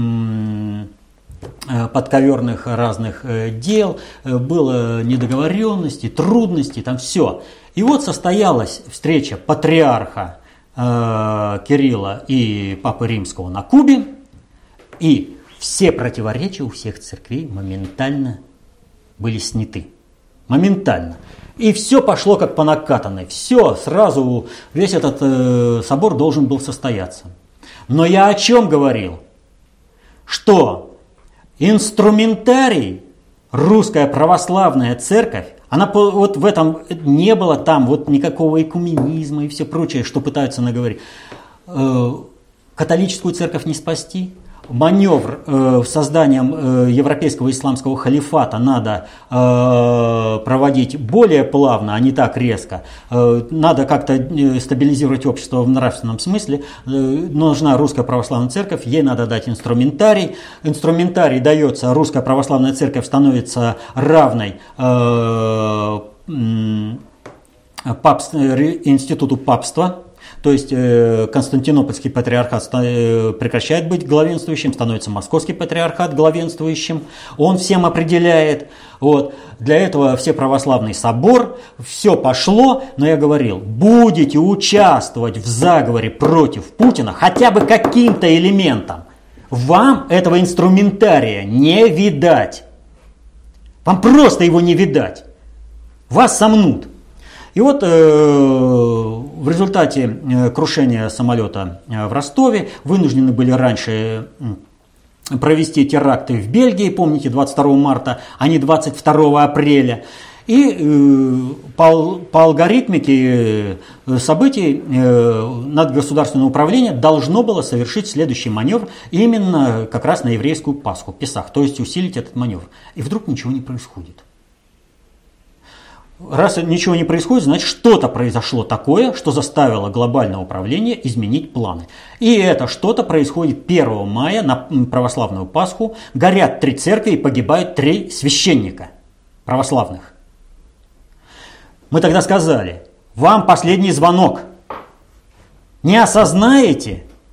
B: подковерных разных дел, было недоговоренностей, трудностей, там все. И вот состоялась встреча патриарха Кирилла и Папы Римского на Кубе, и все противоречия у всех церквей моментально были сняты. Моментально. И все пошло как по накатанной. Все, сразу весь этот собор должен был состояться. Но я о чем говорил? Что инструментарий, Русская Православная Церковь, она вот в этом не было там вот никакого экуменизма и все прочее, что пытаются наговорить. Католическую церковь не спасти. Маневр с созданием европейского исламского халифата надо проводить более плавно, а не так резко. Надо как-то стабилизировать общество в нравственном смысле. Нужна Русская Православная Церковь, ей надо дать инструментарий. Инструментарий дается, Русская Православная Церковь становится равной институту папства. То есть Константинопольский патриархат прекращает быть главенствующим, становится Московский патриархат главенствующим, он всем определяет. Вот. Для этого Всеправославный собор, все пошло, но я говорил, будете участвовать в заговоре против Путина хотя бы каким-то элементом, вам этого инструментария не видать. Вам просто его не видать. Вас сомнут. И вот в результате крушения самолета в Ростове вынуждены были раньше провести теракты в Бельгии, помните, 22 марта, а не 22 апреля. И по алгоритмике событий надгосударственное управление должно было совершить следующий маневр именно как раз на еврейскую Пасху, Песах, то есть усилить этот маневр. И вдруг ничего не происходит. Раз ничего не происходит, значит что-то произошло такое, что заставило глобальное управление изменить планы. И это что-то происходит 1 мая на православную Пасху. Горят 3 церкви и погибают 3 священника православных. Мы тогда сказали, вам последний звонок. Не осознаете?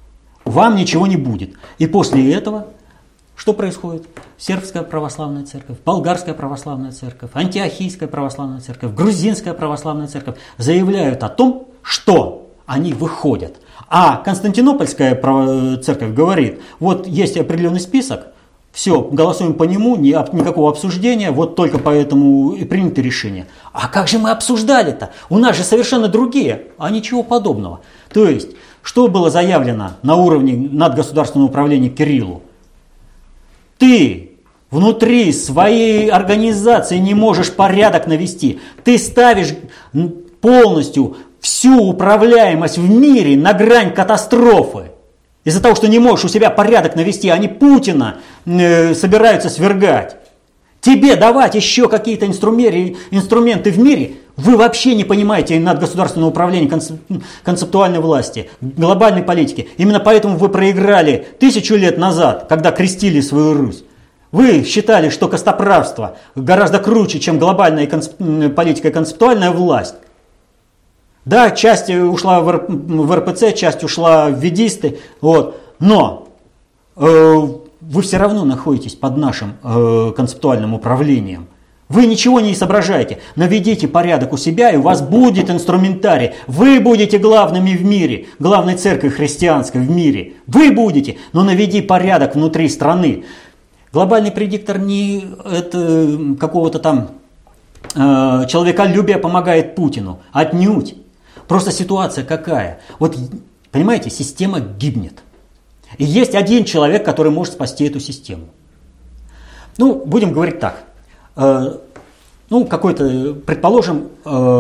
B: вам ничего не будет. И после этого что происходит? Сербская православная церковь, болгарская православная церковь, антиохийская православная церковь, грузинская православная церковь заявляют о том, что они выходят. А Константинопольская церковь говорит, вот есть определенный список, все, голосуем по нему, никакого обсуждения, вот только поэтому и принято решение. А как же мы обсуждали-то? У нас же совершенно другие, а ничего подобного. То есть, что было заявлено на уровне надгосударственного управления Кириллу? Ты внутри своей организации не можешь порядок навести. Ты ставишь полностью всю управляемость в мире на грань катастрофы. Из-за того, что не можешь у себя порядок навести, они Путина собираются свергать. Тебе давать еще какие-то инструменты в мире, вы вообще не понимаете надгосударственного управления, концептуальной власти, глобальной политики. Именно поэтому вы проиграли 1000 лет назад, когда крестили свою Русь. Вы считали, что костоправство гораздо круче, чем глобальная политика и концептуальная власть. Да, часть ушла в РПЦ, часть ушла в ведисты, вот. Но вы все равно находитесь под нашим концептуальным управлением. Вы ничего не соображаете. Наведите порядок у себя, и у вас будет инструментарий. Вы будете главными в мире, главной церковью христианской в мире. Вы будете, но наведи порядок внутри страны. Глобальный предиктор не какого-то там человеколюбия помогает Путину. Отнюдь. Просто ситуация какая? Вот, понимаете, система гибнет. И есть один человек, который может спасти эту систему. Ну, будем говорить так. Ну, какой-то, предположим,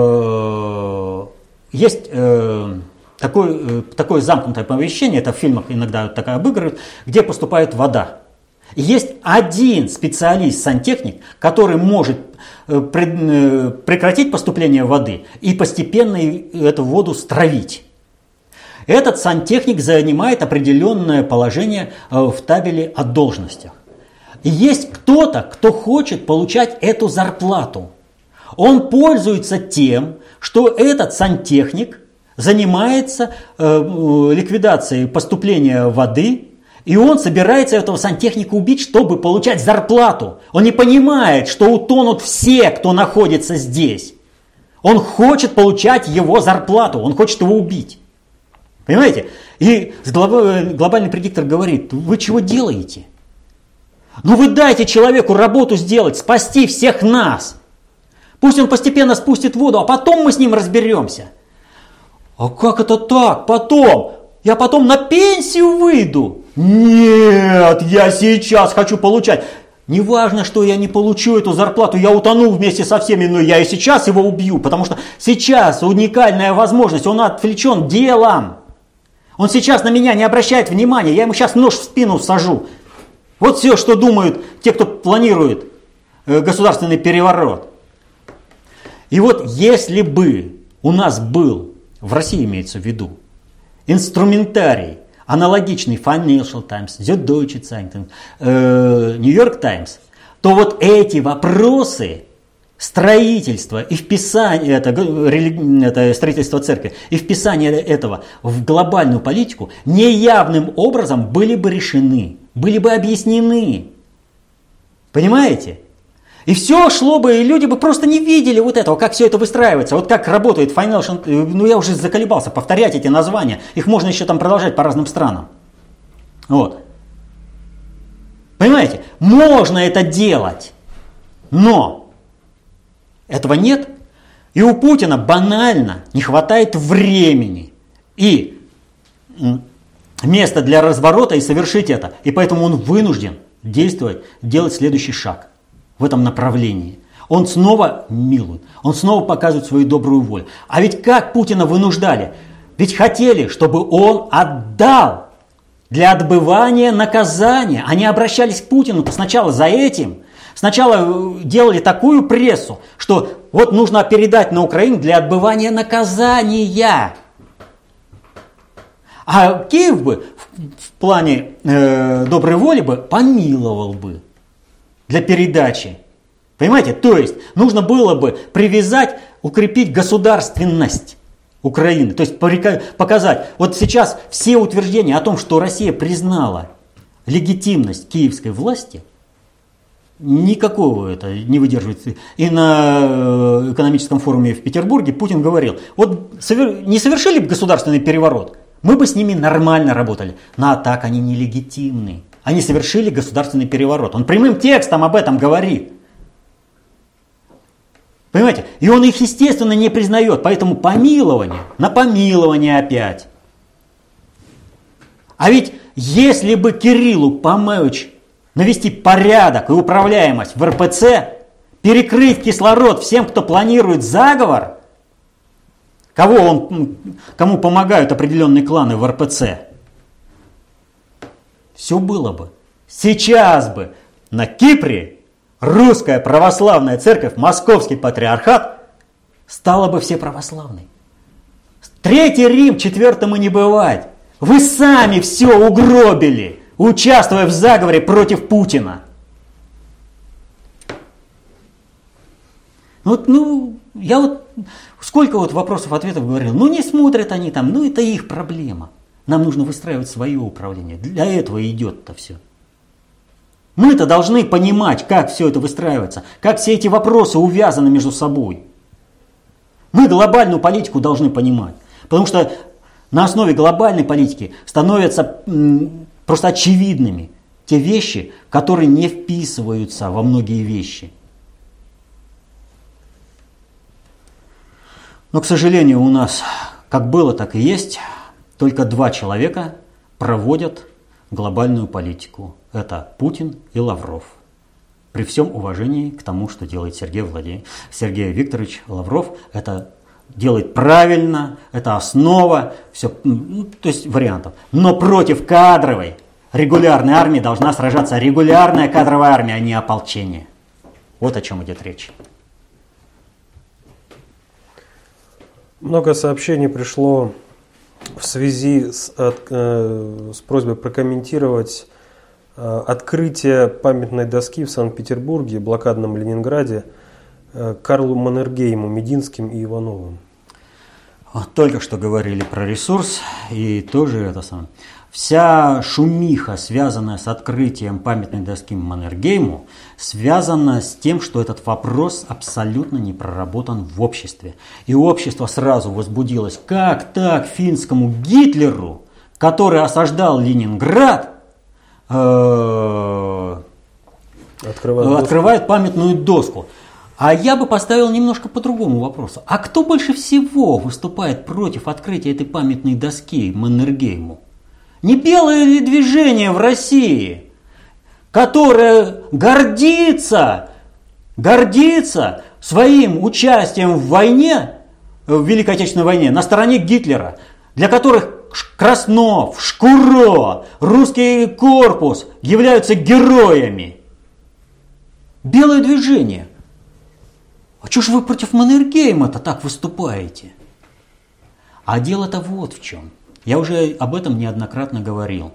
B: есть такое замкнутое помещение, это в фильмах иногда так обыгрывают, где поступает вода. И есть один специалист, сантехник, который может прекратить поступление воды и постепенно эту воду стравить. Этот сантехник занимает определенное положение в табеле о должностях. И есть кто-то, кто хочет получать эту зарплату. Он пользуется тем, что этот сантехник занимается ликвидацией поступления воды, и он собирается этого сантехника убить, чтобы получать зарплату. Он не понимает, что утонут все, кто находится здесь. Он хочет получать его зарплату, он хочет его убить. Понимаете? И глобальный предиктор говорит, вы чего делаете? Ну вы дайте человеку работу сделать, спасти всех нас. Пусть он постепенно спустит воду, а потом мы с ним разберемся. А как это так? Потом? Я потом на пенсию выйду? Нет, я сейчас хочу получать. Не важно, что я не получу эту зарплату, я утону вместе со всеми, но я и сейчас его убью, потому что сейчас уникальная возможность, он отвлечен делом. Он сейчас на меня не обращает внимания, я ему сейчас нож в спину сажу. Вот все, что думают те, кто планирует государственный переворот. И вот если бы у нас был, в России имеется в виду, инструментарий, аналогичный Financial Times, The Deutsche Zeitung, New York Times, то вот эти вопросы строительства и вписания, это строительство церкви, и вписание этого в глобальную политику неявным образом были бы решены, были бы объяснены. Понимаете? И все шло бы, и люди бы просто не видели вот этого, как все это выстраивается, вот как работает Financial, ну я уже заколебался повторять эти названия, их можно еще там продолжать по разным странам. Вот. Понимаете, можно это делать, но этого нет, и у Путина банально не хватает времени и места для разворота и совершить это, и поэтому он вынужден действовать, делать следующий шаг в этом направлении. Он снова милует, он снова показывает свою добрую волю. А ведь как Путина вынуждали? Ведь хотели, чтобы он отдал для отбывания наказания. Они обращались к Путину сначала за этим. Сначала делали такую прессу, что вот нужно передать на Украину для отбывания наказания. А Киев бы в плане доброй воли бы помиловал бы для передачи. Понимаете? То есть нужно было бы привязать, укрепить государственность Украины. То есть показать, вот сейчас все утверждения о том, что Россия признала легитимность киевской власти, никакого это не выдерживает. И на экономическом форуме в Петербурге Путин говорил, вот не совершили бы государственный переворот, мы бы с ними нормально работали. Но так они нелегитимны. Они совершили государственный переворот. Он прямым текстом об этом говорит. Понимаете? И он их, естественно, не признает. Поэтому помилование, на помилование опять. А ведь если бы Кириллу помочь навести порядок и управляемость в РПЦ, перекрыть кислород всем, кто планирует заговор, кому помогают определенные кланы в РПЦ, все было бы. Сейчас бы на Кипре русская православная церковь, московский патриархат, стала бы все православной. Третий Рим, четвертому не бывать. Вы сами все угробили, участвуя в заговоре против Путина. Я сколько вопросов-ответов говорил, не смотрят они там, это их проблема. Нам нужно выстраивать свое управление. Для этого идет-то все. Мы-то должны понимать, как все это выстраивается, как все эти вопросы увязаны между собой. Мы глобальную политику должны понимать. Потому что на основе глобальной политики становятся просто очевидными те вещи, которые не вписываются во многие вещи. Но, к сожалению, у нас как было, так и есть. Только два человека проводят глобальную политику. Это Путин и Лавров. При всем уважении к тому, что делает Сергей Викторович Лавров, это делает правильно, это основа, все, то есть вариантов. Но против кадровой регулярной армии должна сражаться регулярная кадровая армия, а не ополчение. Вот о чем идет речь.
A: Много сообщений пришло в связи с просьбой прокомментировать открытие памятной доски в Санкт-Петербурге, блокадном Ленинграде, Карлу Маннергейму, Мединским и Ивановым.
B: Только что говорили про ресурс, и тоже это самое. Вся шумиха, связанная с открытием памятной доски Маннергейму, связана с тем, что этот вопрос абсолютно не проработан в обществе. И общество сразу возбудилось, как так финскому Гитлеру, который осаждал Ленинград, открывает памятную доску. А я бы поставил немножко по другому вопросу. А кто больше всего выступает против открытия этой памятной доски Маннергейму? Не белое ли движение в России, которое гордится своим участием в войне, в Великой Отечественной войне, на стороне Гитлера, для которых Краснов, Шкуро, русский корпус являются героями? Белое движение. А что ж вы против Маннергейма-то так выступаете? А дело-то вот в чем. Я уже об этом неоднократно говорил.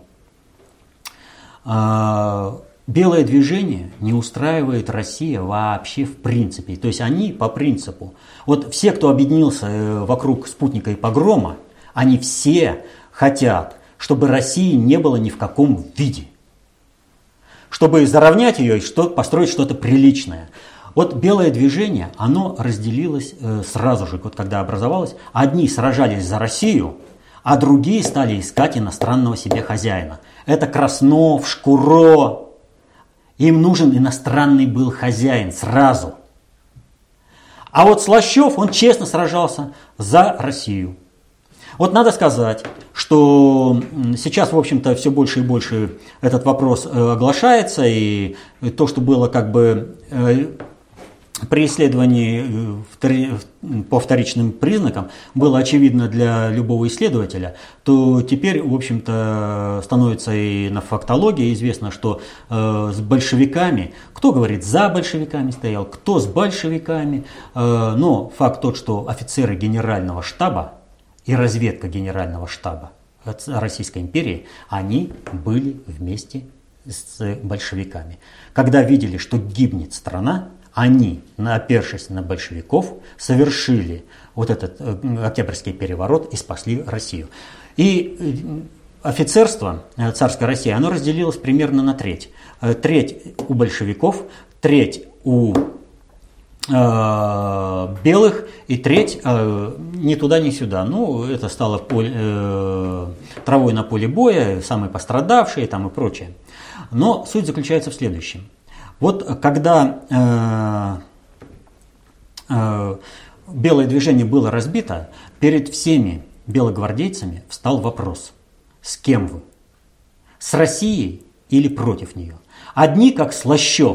B: Белое движение не устраивает Россия вообще в принципе. То есть они по принципу. Вот все, кто объединился вокруг спутника и погрома, они все хотят, чтобы России не было ни в каком виде. Чтобы заровнять ее и построить что-то приличное. Вот белое движение, оно разделилось сразу же, вот когда образовалось. Одни сражались за Россию, а другие стали искать иностранного себе хозяина. Это Краснов, Шкуро. Им нужен иностранный был хозяин сразу. А вот Слащев, он честно сражался за Россию. Вот надо сказать, что сейчас, в общем-то, все больше и больше этот вопрос оглашается. И то, что было как бы при исследовании по вторичным признакам было очевидно для любого исследователя, то теперь, в общем-то, становится и на фактологии известно, что с большевиками, кто говорит за большевиками стоял, кто с большевиками, но факт тот, что офицеры генерального штаба и разведка генерального штаба Российской империи, они были вместе с большевиками. Когда видели, что гибнет страна, они, опершись на большевиков, совершили вот этот Октябрьский переворот и спасли Россию. И офицерство царской России, оно разделилось примерно на треть. Треть у большевиков, треть у белых и треть ни туда, ни сюда. Ну, это стало травой на поле боя, самые пострадавшие там и прочее. Но суть заключается в следующем. Вот когда белое движение было разбито, перед всеми белогвардейцами встал вопрос: с кем вы? С Россией или против нее? Одни, как Слащев,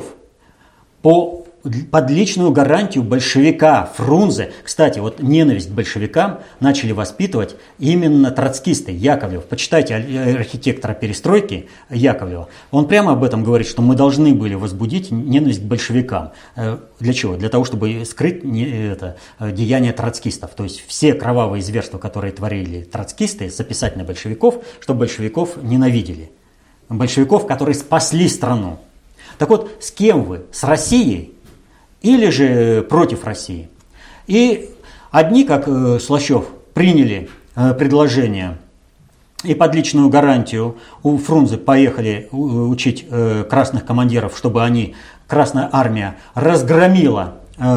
B: под личную гарантию большевика Фрунзе. Кстати, вот ненависть к большевикам начали воспитывать именно троцкисты. Яковлев. Почитайте архитектора перестройки Яковлева. Он прямо об этом говорит, что мы должны были возбудить ненависть к большевикам. Для чего? Для того, чтобы скрыть деяния троцкистов. То есть все кровавые зверства, которые творили троцкисты, записать на большевиков, чтобы большевиков ненавидели. Большевиков, которые спасли страну. Так вот, с кем вы? С Россией? Или же против России. И одни, как Слащев, приняли предложение и под личную гарантию у Фрунзе поехали учить красных командиров, чтобы Красная Армия разгромила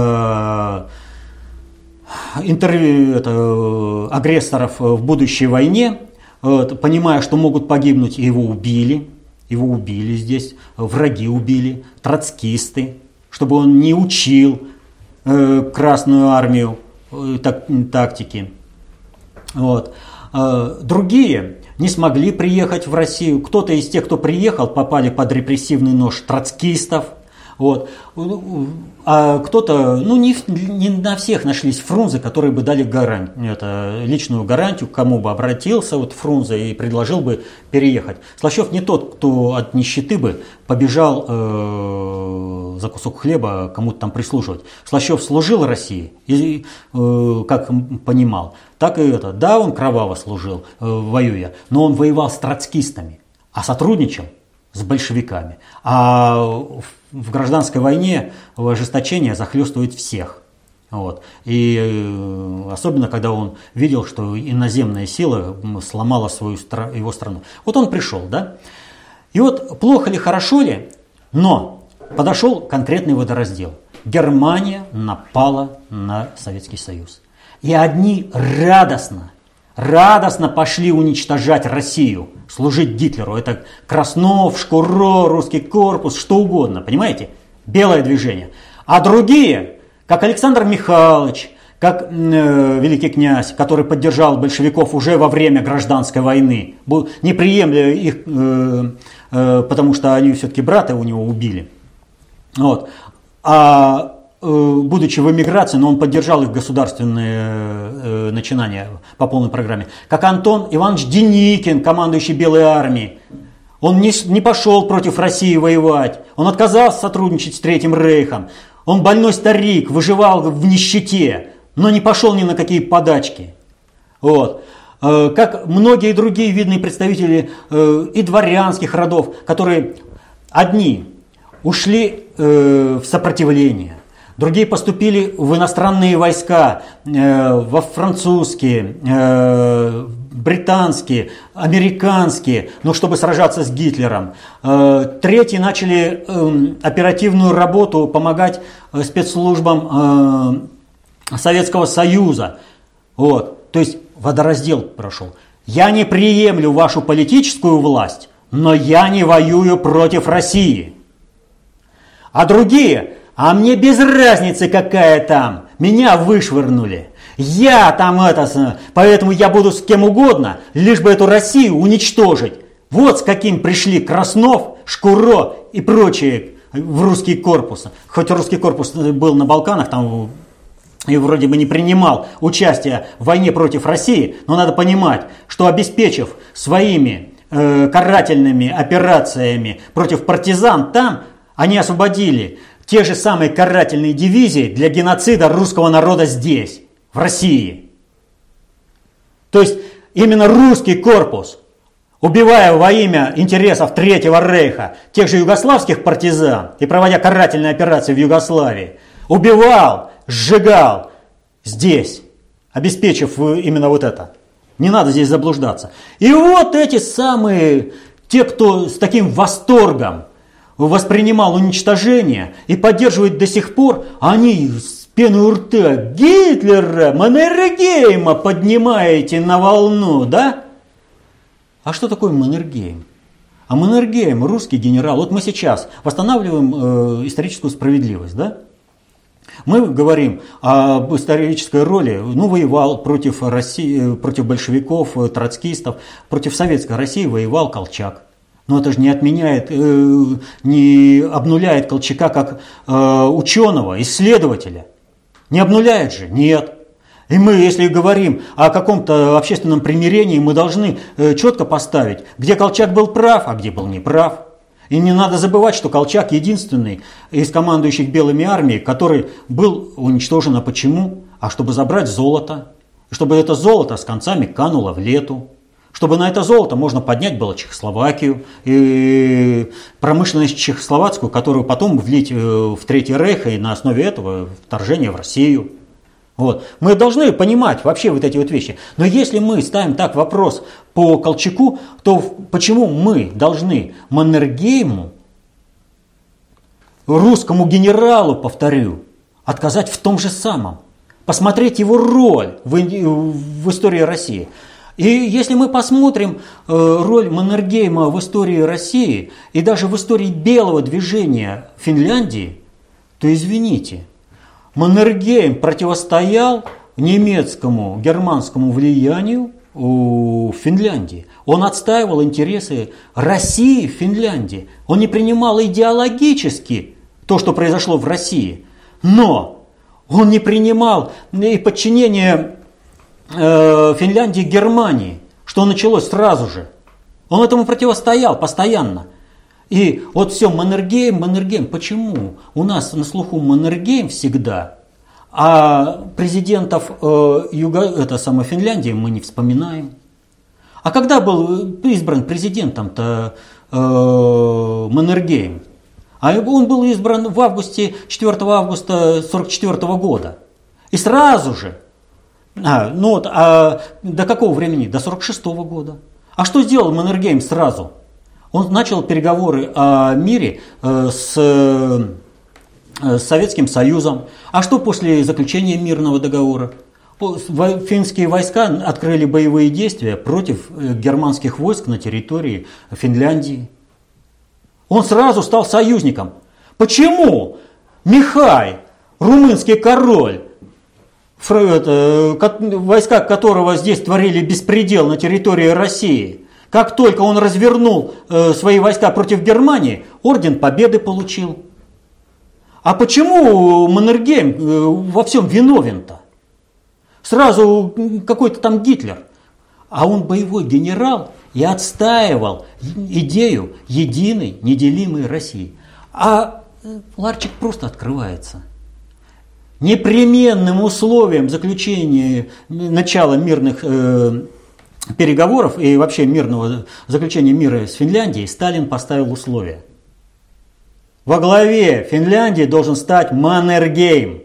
B: агрессоров в будущей войне, понимая, что могут погибнуть, и его убили. Его убили здесь, враги убили, троцкисты, чтобы он не учил Красную Армию тактики. Вот. Другие не смогли приехать в Россию. Кто-то из тех, кто приехал, попали под репрессивный нож троцкистов. Вот. А кто-то, не на всех нашлись Фрунзе, которые бы дали личную гарантию, к кому бы обратился Фрунзе и предложил бы переехать. Слащев не тот, кто от нищеты бы побежал за кусок хлеба кому-то там прислуживать. Слащев служил России, и, как понимал, так и это. Да, он кроваво служил, воюя, но он воевал с троцкистами, а сотрудничал с большевиками. А в гражданской войне ожесточение захлестывает всех. Вот. И особенно, когда он видел, что иноземная сила сломала его страну. Вот он пришел, да? И вот плохо ли, хорошо ли, но подошел конкретный водораздел. Германия напала на Советский Союз. И одни радостно пошли уничтожать Россию, служить Гитлеру. Это Краснов, Шкуро, Русский корпус, что угодно, понимаете? Белое движение. А другие, как Александр Михайлович, как великий князь, который поддержал большевиков уже во время гражданской войны, не приемля их, потому что они все-таки брата у него убили. Вот. А будучи в эмиграции, но он поддержал их государственные начинания по полной программе. Как Антон Иванович Деникин, командующий Белой армией. Он не пошел против России воевать. Он отказался сотрудничать с Третьим Рейхом. Он больной старик, выживал в нищете, но не пошел ни на какие подачки. Вот. Как многие другие видные представители и дворянских родов, которые одни ушли в сопротивление, другие поступили в иностранные войска, во французские, британские, американские, чтобы сражаться с Гитлером. Третьи начали оперативную работу, помогать спецслужбам Советского Союза. Вот. То есть водораздел прошел. Я не приемлю вашу политическую власть, но я не воюю против России. А другие... А мне без разницы, какая там. Меня вышвырнули. Я там поэтому я буду с кем угодно, лишь бы эту Россию уничтожить. Вот с каким пришли Краснов, Шкуро и прочие в русский корпус. Хоть русский корпус был на Балканах, там и вроде бы не принимал участие в войне против России, но надо понимать, что обеспечив своими карательными операциями против партизан там, они освободили те же самые карательные дивизии для геноцида русского народа здесь, в России. То есть именно русский корпус убивая во имя интересов Третьего Рейха тех же югославских партизан и проводя карательные операции в Югославии, убивал, сжигал здесь, обеспечив именно вот это. Не надо здесь заблуждаться. И вот эти самые, те, кто с таким восторгом воспринимал уничтожение и поддерживает до сих пор, они с пеной у рта Гитлера, Маннергейма поднимаете на волну, да? А что такое Маннергейм? А Маннергейм, русский генерал. Вот мы сейчас восстанавливаем историческую справедливость, да? Мы говорим об исторической роли. Ну, воевал против России, против большевиков, троцкистов, против советской России воевал Колчак. Но это же не отменяет, не обнуляет Колчака как ученого, исследователя. Не обнуляет же? Нет. И мы, если говорим о каком-то общественном примирении, мы должны четко поставить, где Колчак был прав, а где был неправ. И не надо забывать, что Колчак единственный из командующих белыми армией, который был уничтожен. А почему? А чтобы забрать золото. И чтобы это золото с концами кануло в лету. Чтобы на это золото можно поднять было Чехословакию и промышленность чехословацкую, которую потом влить в Третий Рейх и на основе этого вторжение в Россию. Вот. Мы должны понимать вообще вот эти вот вещи. Но если мы ставим так вопрос по Колчаку, то почему мы должны Маннергейму, русскому генералу, повторю, отказать в том же самом? Посмотреть его роль в истории России. И если мы посмотрим роль Маннергейма в истории России и даже в истории белого движения Финляндии, то извините, Маннергейм противостоял немецкому, германскому влиянию в Финляндии. Он отстаивал интересы России в Финляндии. Он не принимал идеологически то, что произошло в России, но он не принимал и подчинение Финляндии Германии, что началось сразу же. Он этому противостоял постоянно. И вот все, Маннергейм. Почему? У нас на слуху Маннергейм всегда, а президентов Финляндии мы не вспоминаем. А когда был избран президентом-то Маннергейм? А он был избран в августе, 4 августа 1944 года. И сразу же, до какого времени? До 1946 года. А что сделал Маннергейм сразу? Он начал переговоры о мире с Советским Союзом. А что после заключения мирного договора? Финские войска открыли боевые действия против германских войск на территории Финляндии. Он сразу стал союзником. Почему Михай, румынский король, войска которого здесь творили беспредел на территории России, как только он развернул свои войска против Германии, орден Победы получил? А почему Маннергейм во всем виновен-то? Сразу какой-то там Гитлер. А он боевой генерал и отстаивал идею единой, неделимой России. А ларчик просто открывается. Непременным условием заключения, начала мирных переговоров и вообще мирного заключения мира с Финляндией Сталин поставил условия. Во главе Финляндии должен стать Маннергейм.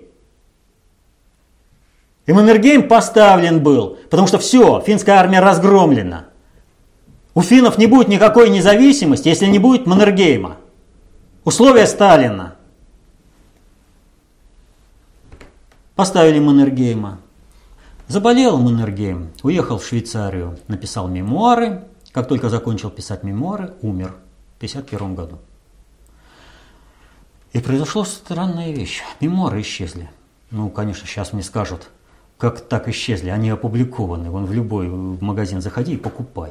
B: И Маннергейм поставлен был, потому что все, финская армия разгромлена. У финнов не будет никакой независимости, если не будет Маннергейма. Условия Сталина. Поставили Маннергейма. Заболел Маннергейм, уехал в Швейцарию, написал мемуары. Как только закончил писать мемуары, умер в 1951 году. И произошла странная вещь. Мемуары исчезли. Ну, конечно, сейчас мне скажут, как так исчезли. Они опубликованы. Вон в любой магазин заходи и покупай.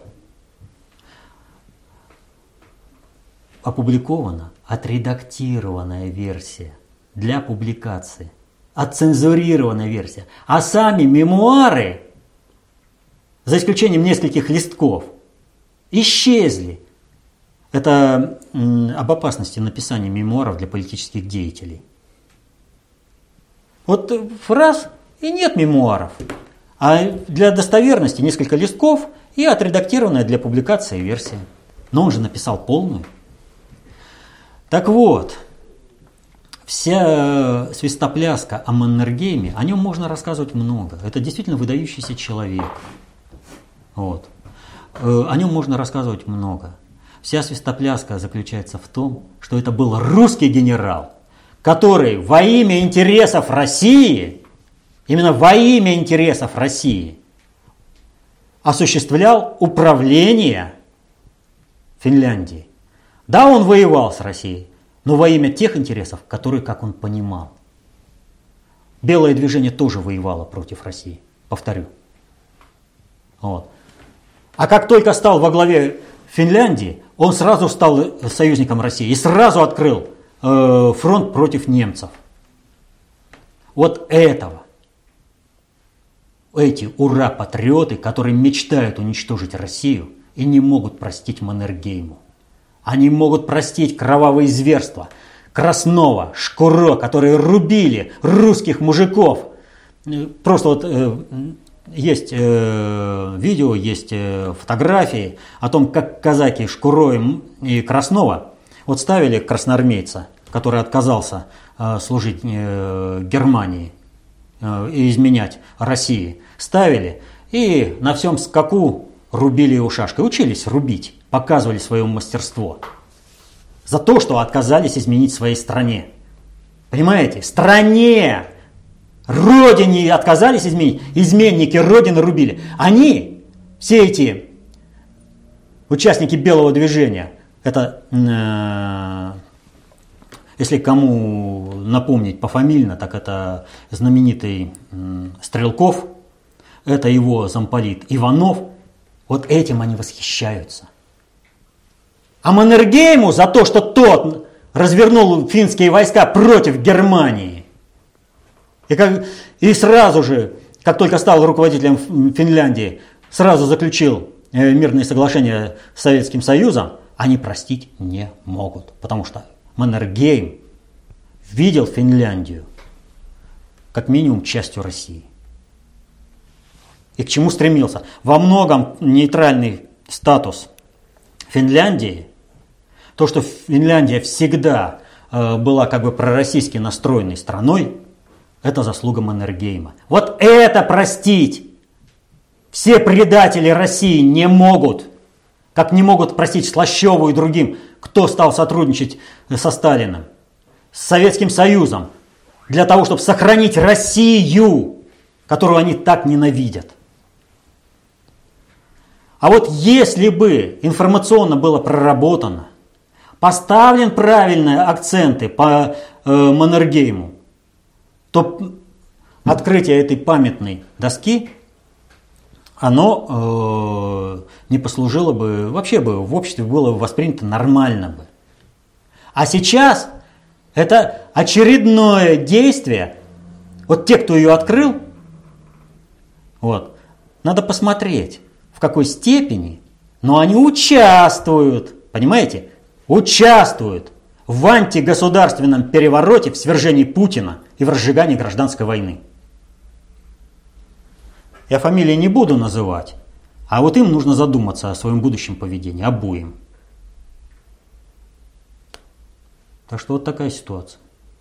B: Опубликована отредактированная версия для публикации. Отцензурированная версия. А сами мемуары, за исключением нескольких листков, исчезли. Это об опасности написания мемуаров для политических деятелей. Вот раз и нет мемуаров. А для достоверности несколько листков и отредактированная для публикации версия. Но он же написал полную. Так вот, вся свистопляска о Маннергейме, о нем можно рассказывать много. Это действительно выдающийся человек. Вот. О нем можно рассказывать много. Вся свистопляска заключается в том, что это был русский генерал, который во имя интересов России, именно во имя интересов России, осуществлял управление Финляндией. Да, он воевал с Россией, но во имя тех интересов, которые, как он понимал. Белое движение тоже воевало против России, повторю. Вот. А как только стал во главе Финляндии, он сразу стал союзником России и сразу открыл фронт против немцев. Вот этого. Эти ура-патриоты, которые мечтают уничтожить Россию и не могут простить Маннергейму. Они могут простить кровавые зверства Краснова, Шкуро, которые рубили русских мужиков. Просто вот есть видео, есть фотографии о том, как казаки Шкуро и Краснова вот ставили красноармейца, который отказался служить Германии и изменять России. Ставили и на всем скаку рубили его шашкой. Учились рубить, показывали свое мастерство. За то, что отказались изменить своей стране. Понимаете? Стране! Родине отказались изменить. Изменники Родины рубили. Они, все эти участники белого движения, это, если кому напомнить пофамильно, так это знаменитый Стрелков, это его замполит Иванов. Вот этим они восхищаются. А Маннергейму за то, что тот развернул финские войска против Германии. И сразу же, как только стал руководителем Финляндии, сразу заключил мирные соглашения с Советским Союзом, они простить не могут. Потому что Маннергейм видел Финляндию как минимум частью России. И к чему стремился? Во многом нейтральный статус Финляндии, то, что Финляндия всегда была как бы пророссийски настроенной страной, это заслуга Маннергейма. Вот это простить все предатели России не могут. Как не могут простить Слащеву и другим, кто стал сотрудничать со Сталиным, с Советским Союзом, для того, чтобы сохранить Россию, которую они так ненавидят. А вот если бы информационно было проработано, поставлен правильные акценты по Маннергейму, то открытие этой памятной доски, оно не послужило бы, вообще бы в обществе было воспринято нормально бы. А сейчас это очередное действие. Вот те, кто ее открыл, вот, надо посмотреть, в какой степени, но они участвуют, понимаете, участвуют в антигосударственном перевороте, в свержении Путина и в разжигании гражданской войны. Я фамилии не буду называть, а вот им нужно задуматься о своем будущем поведении, обоим. Так что вот такая ситуация.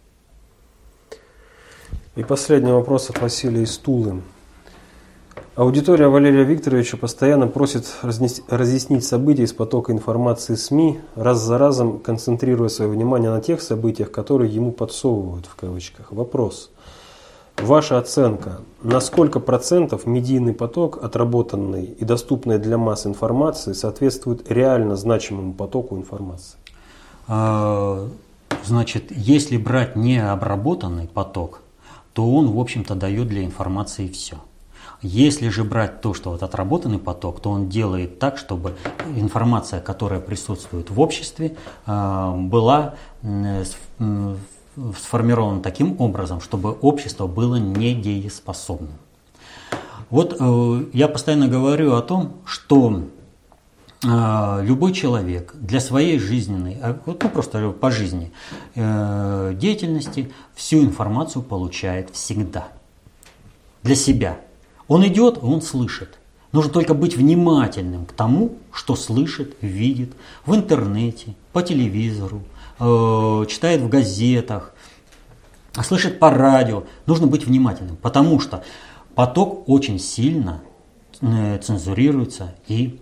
A: И последний вопрос от Василия из Тулы. Аудитория Валерия Викторовича постоянно просит разъяснить события из потока информации СМИ, раз за разом концентрируя свое внимание на тех событиях, которые ему подсовывают в кавычках. Вопрос. Ваша оценка, на сколько процентов медийный поток, отработанный и доступный для масс информации, соответствует реально значимому потоку информации?
B: Значит, если брать необработанный поток, то он, в общем-то, дает для информации все. Если же брать то, что вот отработанный поток, то он делает так, чтобы информация, которая присутствует в обществе, была сформирована таким образом, чтобы общество было недееспособным. Вот я постоянно говорю о том, что любой человек для своей жизненной, ну просто по жизни деятельности, всю информацию получает всегда. Для себя. Он идет, он слышит. Нужно только быть внимательным к тому, что слышит, видит в интернете, по телевизору, читает в газетах, слышит по радио. Нужно быть внимательным, потому что поток очень сильно цензурируется и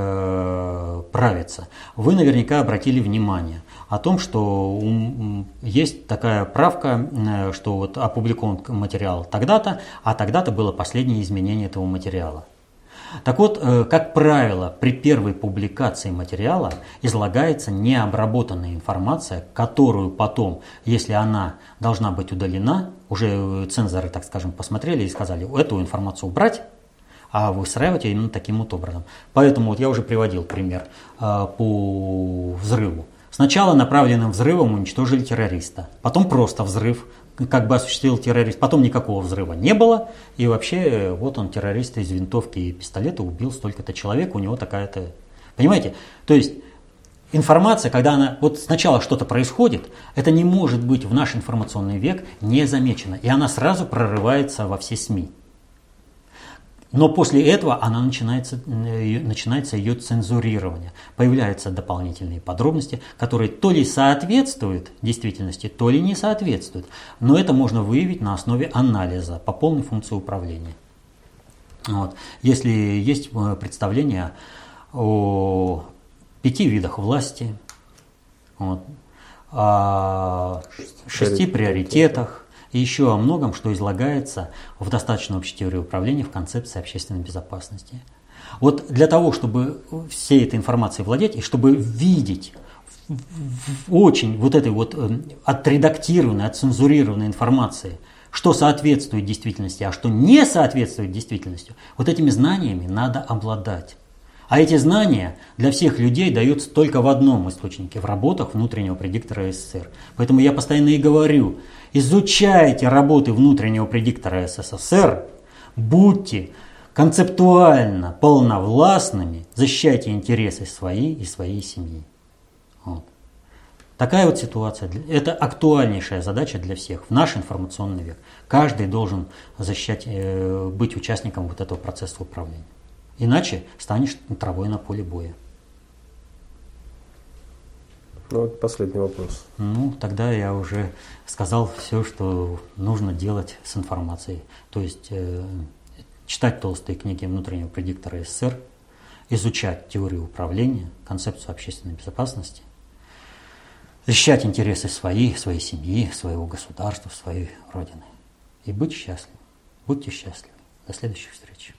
B: правится. Вы наверняка обратили внимание о том, что есть такая правка, что вот опубликован материал тогда-то, а тогда-то было последнее изменение этого материала. Так вот, как правило, при первой публикации материала излагается необработанная информация, которую потом, если она должна быть удалена, уже цензоры, так скажем, посмотрели и сказали, эту информацию убрать, а выстраивать ее именно таким вот образом. Поэтому вот я уже приводил пример по взрыву. Сначала направленным взрывом уничтожили террориста, потом просто взрыв, как бы осуществил террорист, потом никакого взрыва не было, и вообще вот он, террорист, из винтовки и пистолета убил столько-то человек, у него такая-то... Понимаете? То есть информация, когда она... Вот сначала что-то происходит, это не может быть в наш информационный век не замечено, и она сразу прорывается во все СМИ. Но после этого начинается ее цензурирование. Появляются дополнительные подробности, которые то ли соответствуют действительности, то ли не соответствуют. Но это можно выявить на основе анализа по полной функции управления. Вот. Если есть представление о 5 видах власти, вот, о 6 приоритетах, и еще о многом, что излагается в достаточной общей теории управления в концепции общественной безопасности. Вот для того, чтобы всей этой информацией владеть и чтобы видеть очень вот этой вот отредактированной, отцензурированной информации, что соответствует действительности, а что не соответствует действительности, вот этими знаниями надо обладать. А эти знания для всех людей даются только в одном источнике, в работах внутреннего предиктора СССР. Поэтому я постоянно и говорю, изучайте работы внутреннего предиктора СССР, будьте концептуально полновластными, защищайте интересы свои и своей семьи. Вот. Такая вот ситуация. Это актуальнейшая задача для всех в наш информационный век. Каждый должен защищать, быть участником вот этого процесса управления. Иначе станешь травой на поле боя.
A: Ну, вот последний вопрос.
B: Ну, тогда я уже сказал все, что нужно делать с информацией. То есть читать толстые книги внутреннего предиктора СССР, изучать теорию управления, концепцию общественной безопасности, защищать интересы своей семьи, своего государства, своей родины. И быть счастливым. Будьте счастливы. До следующих встреч.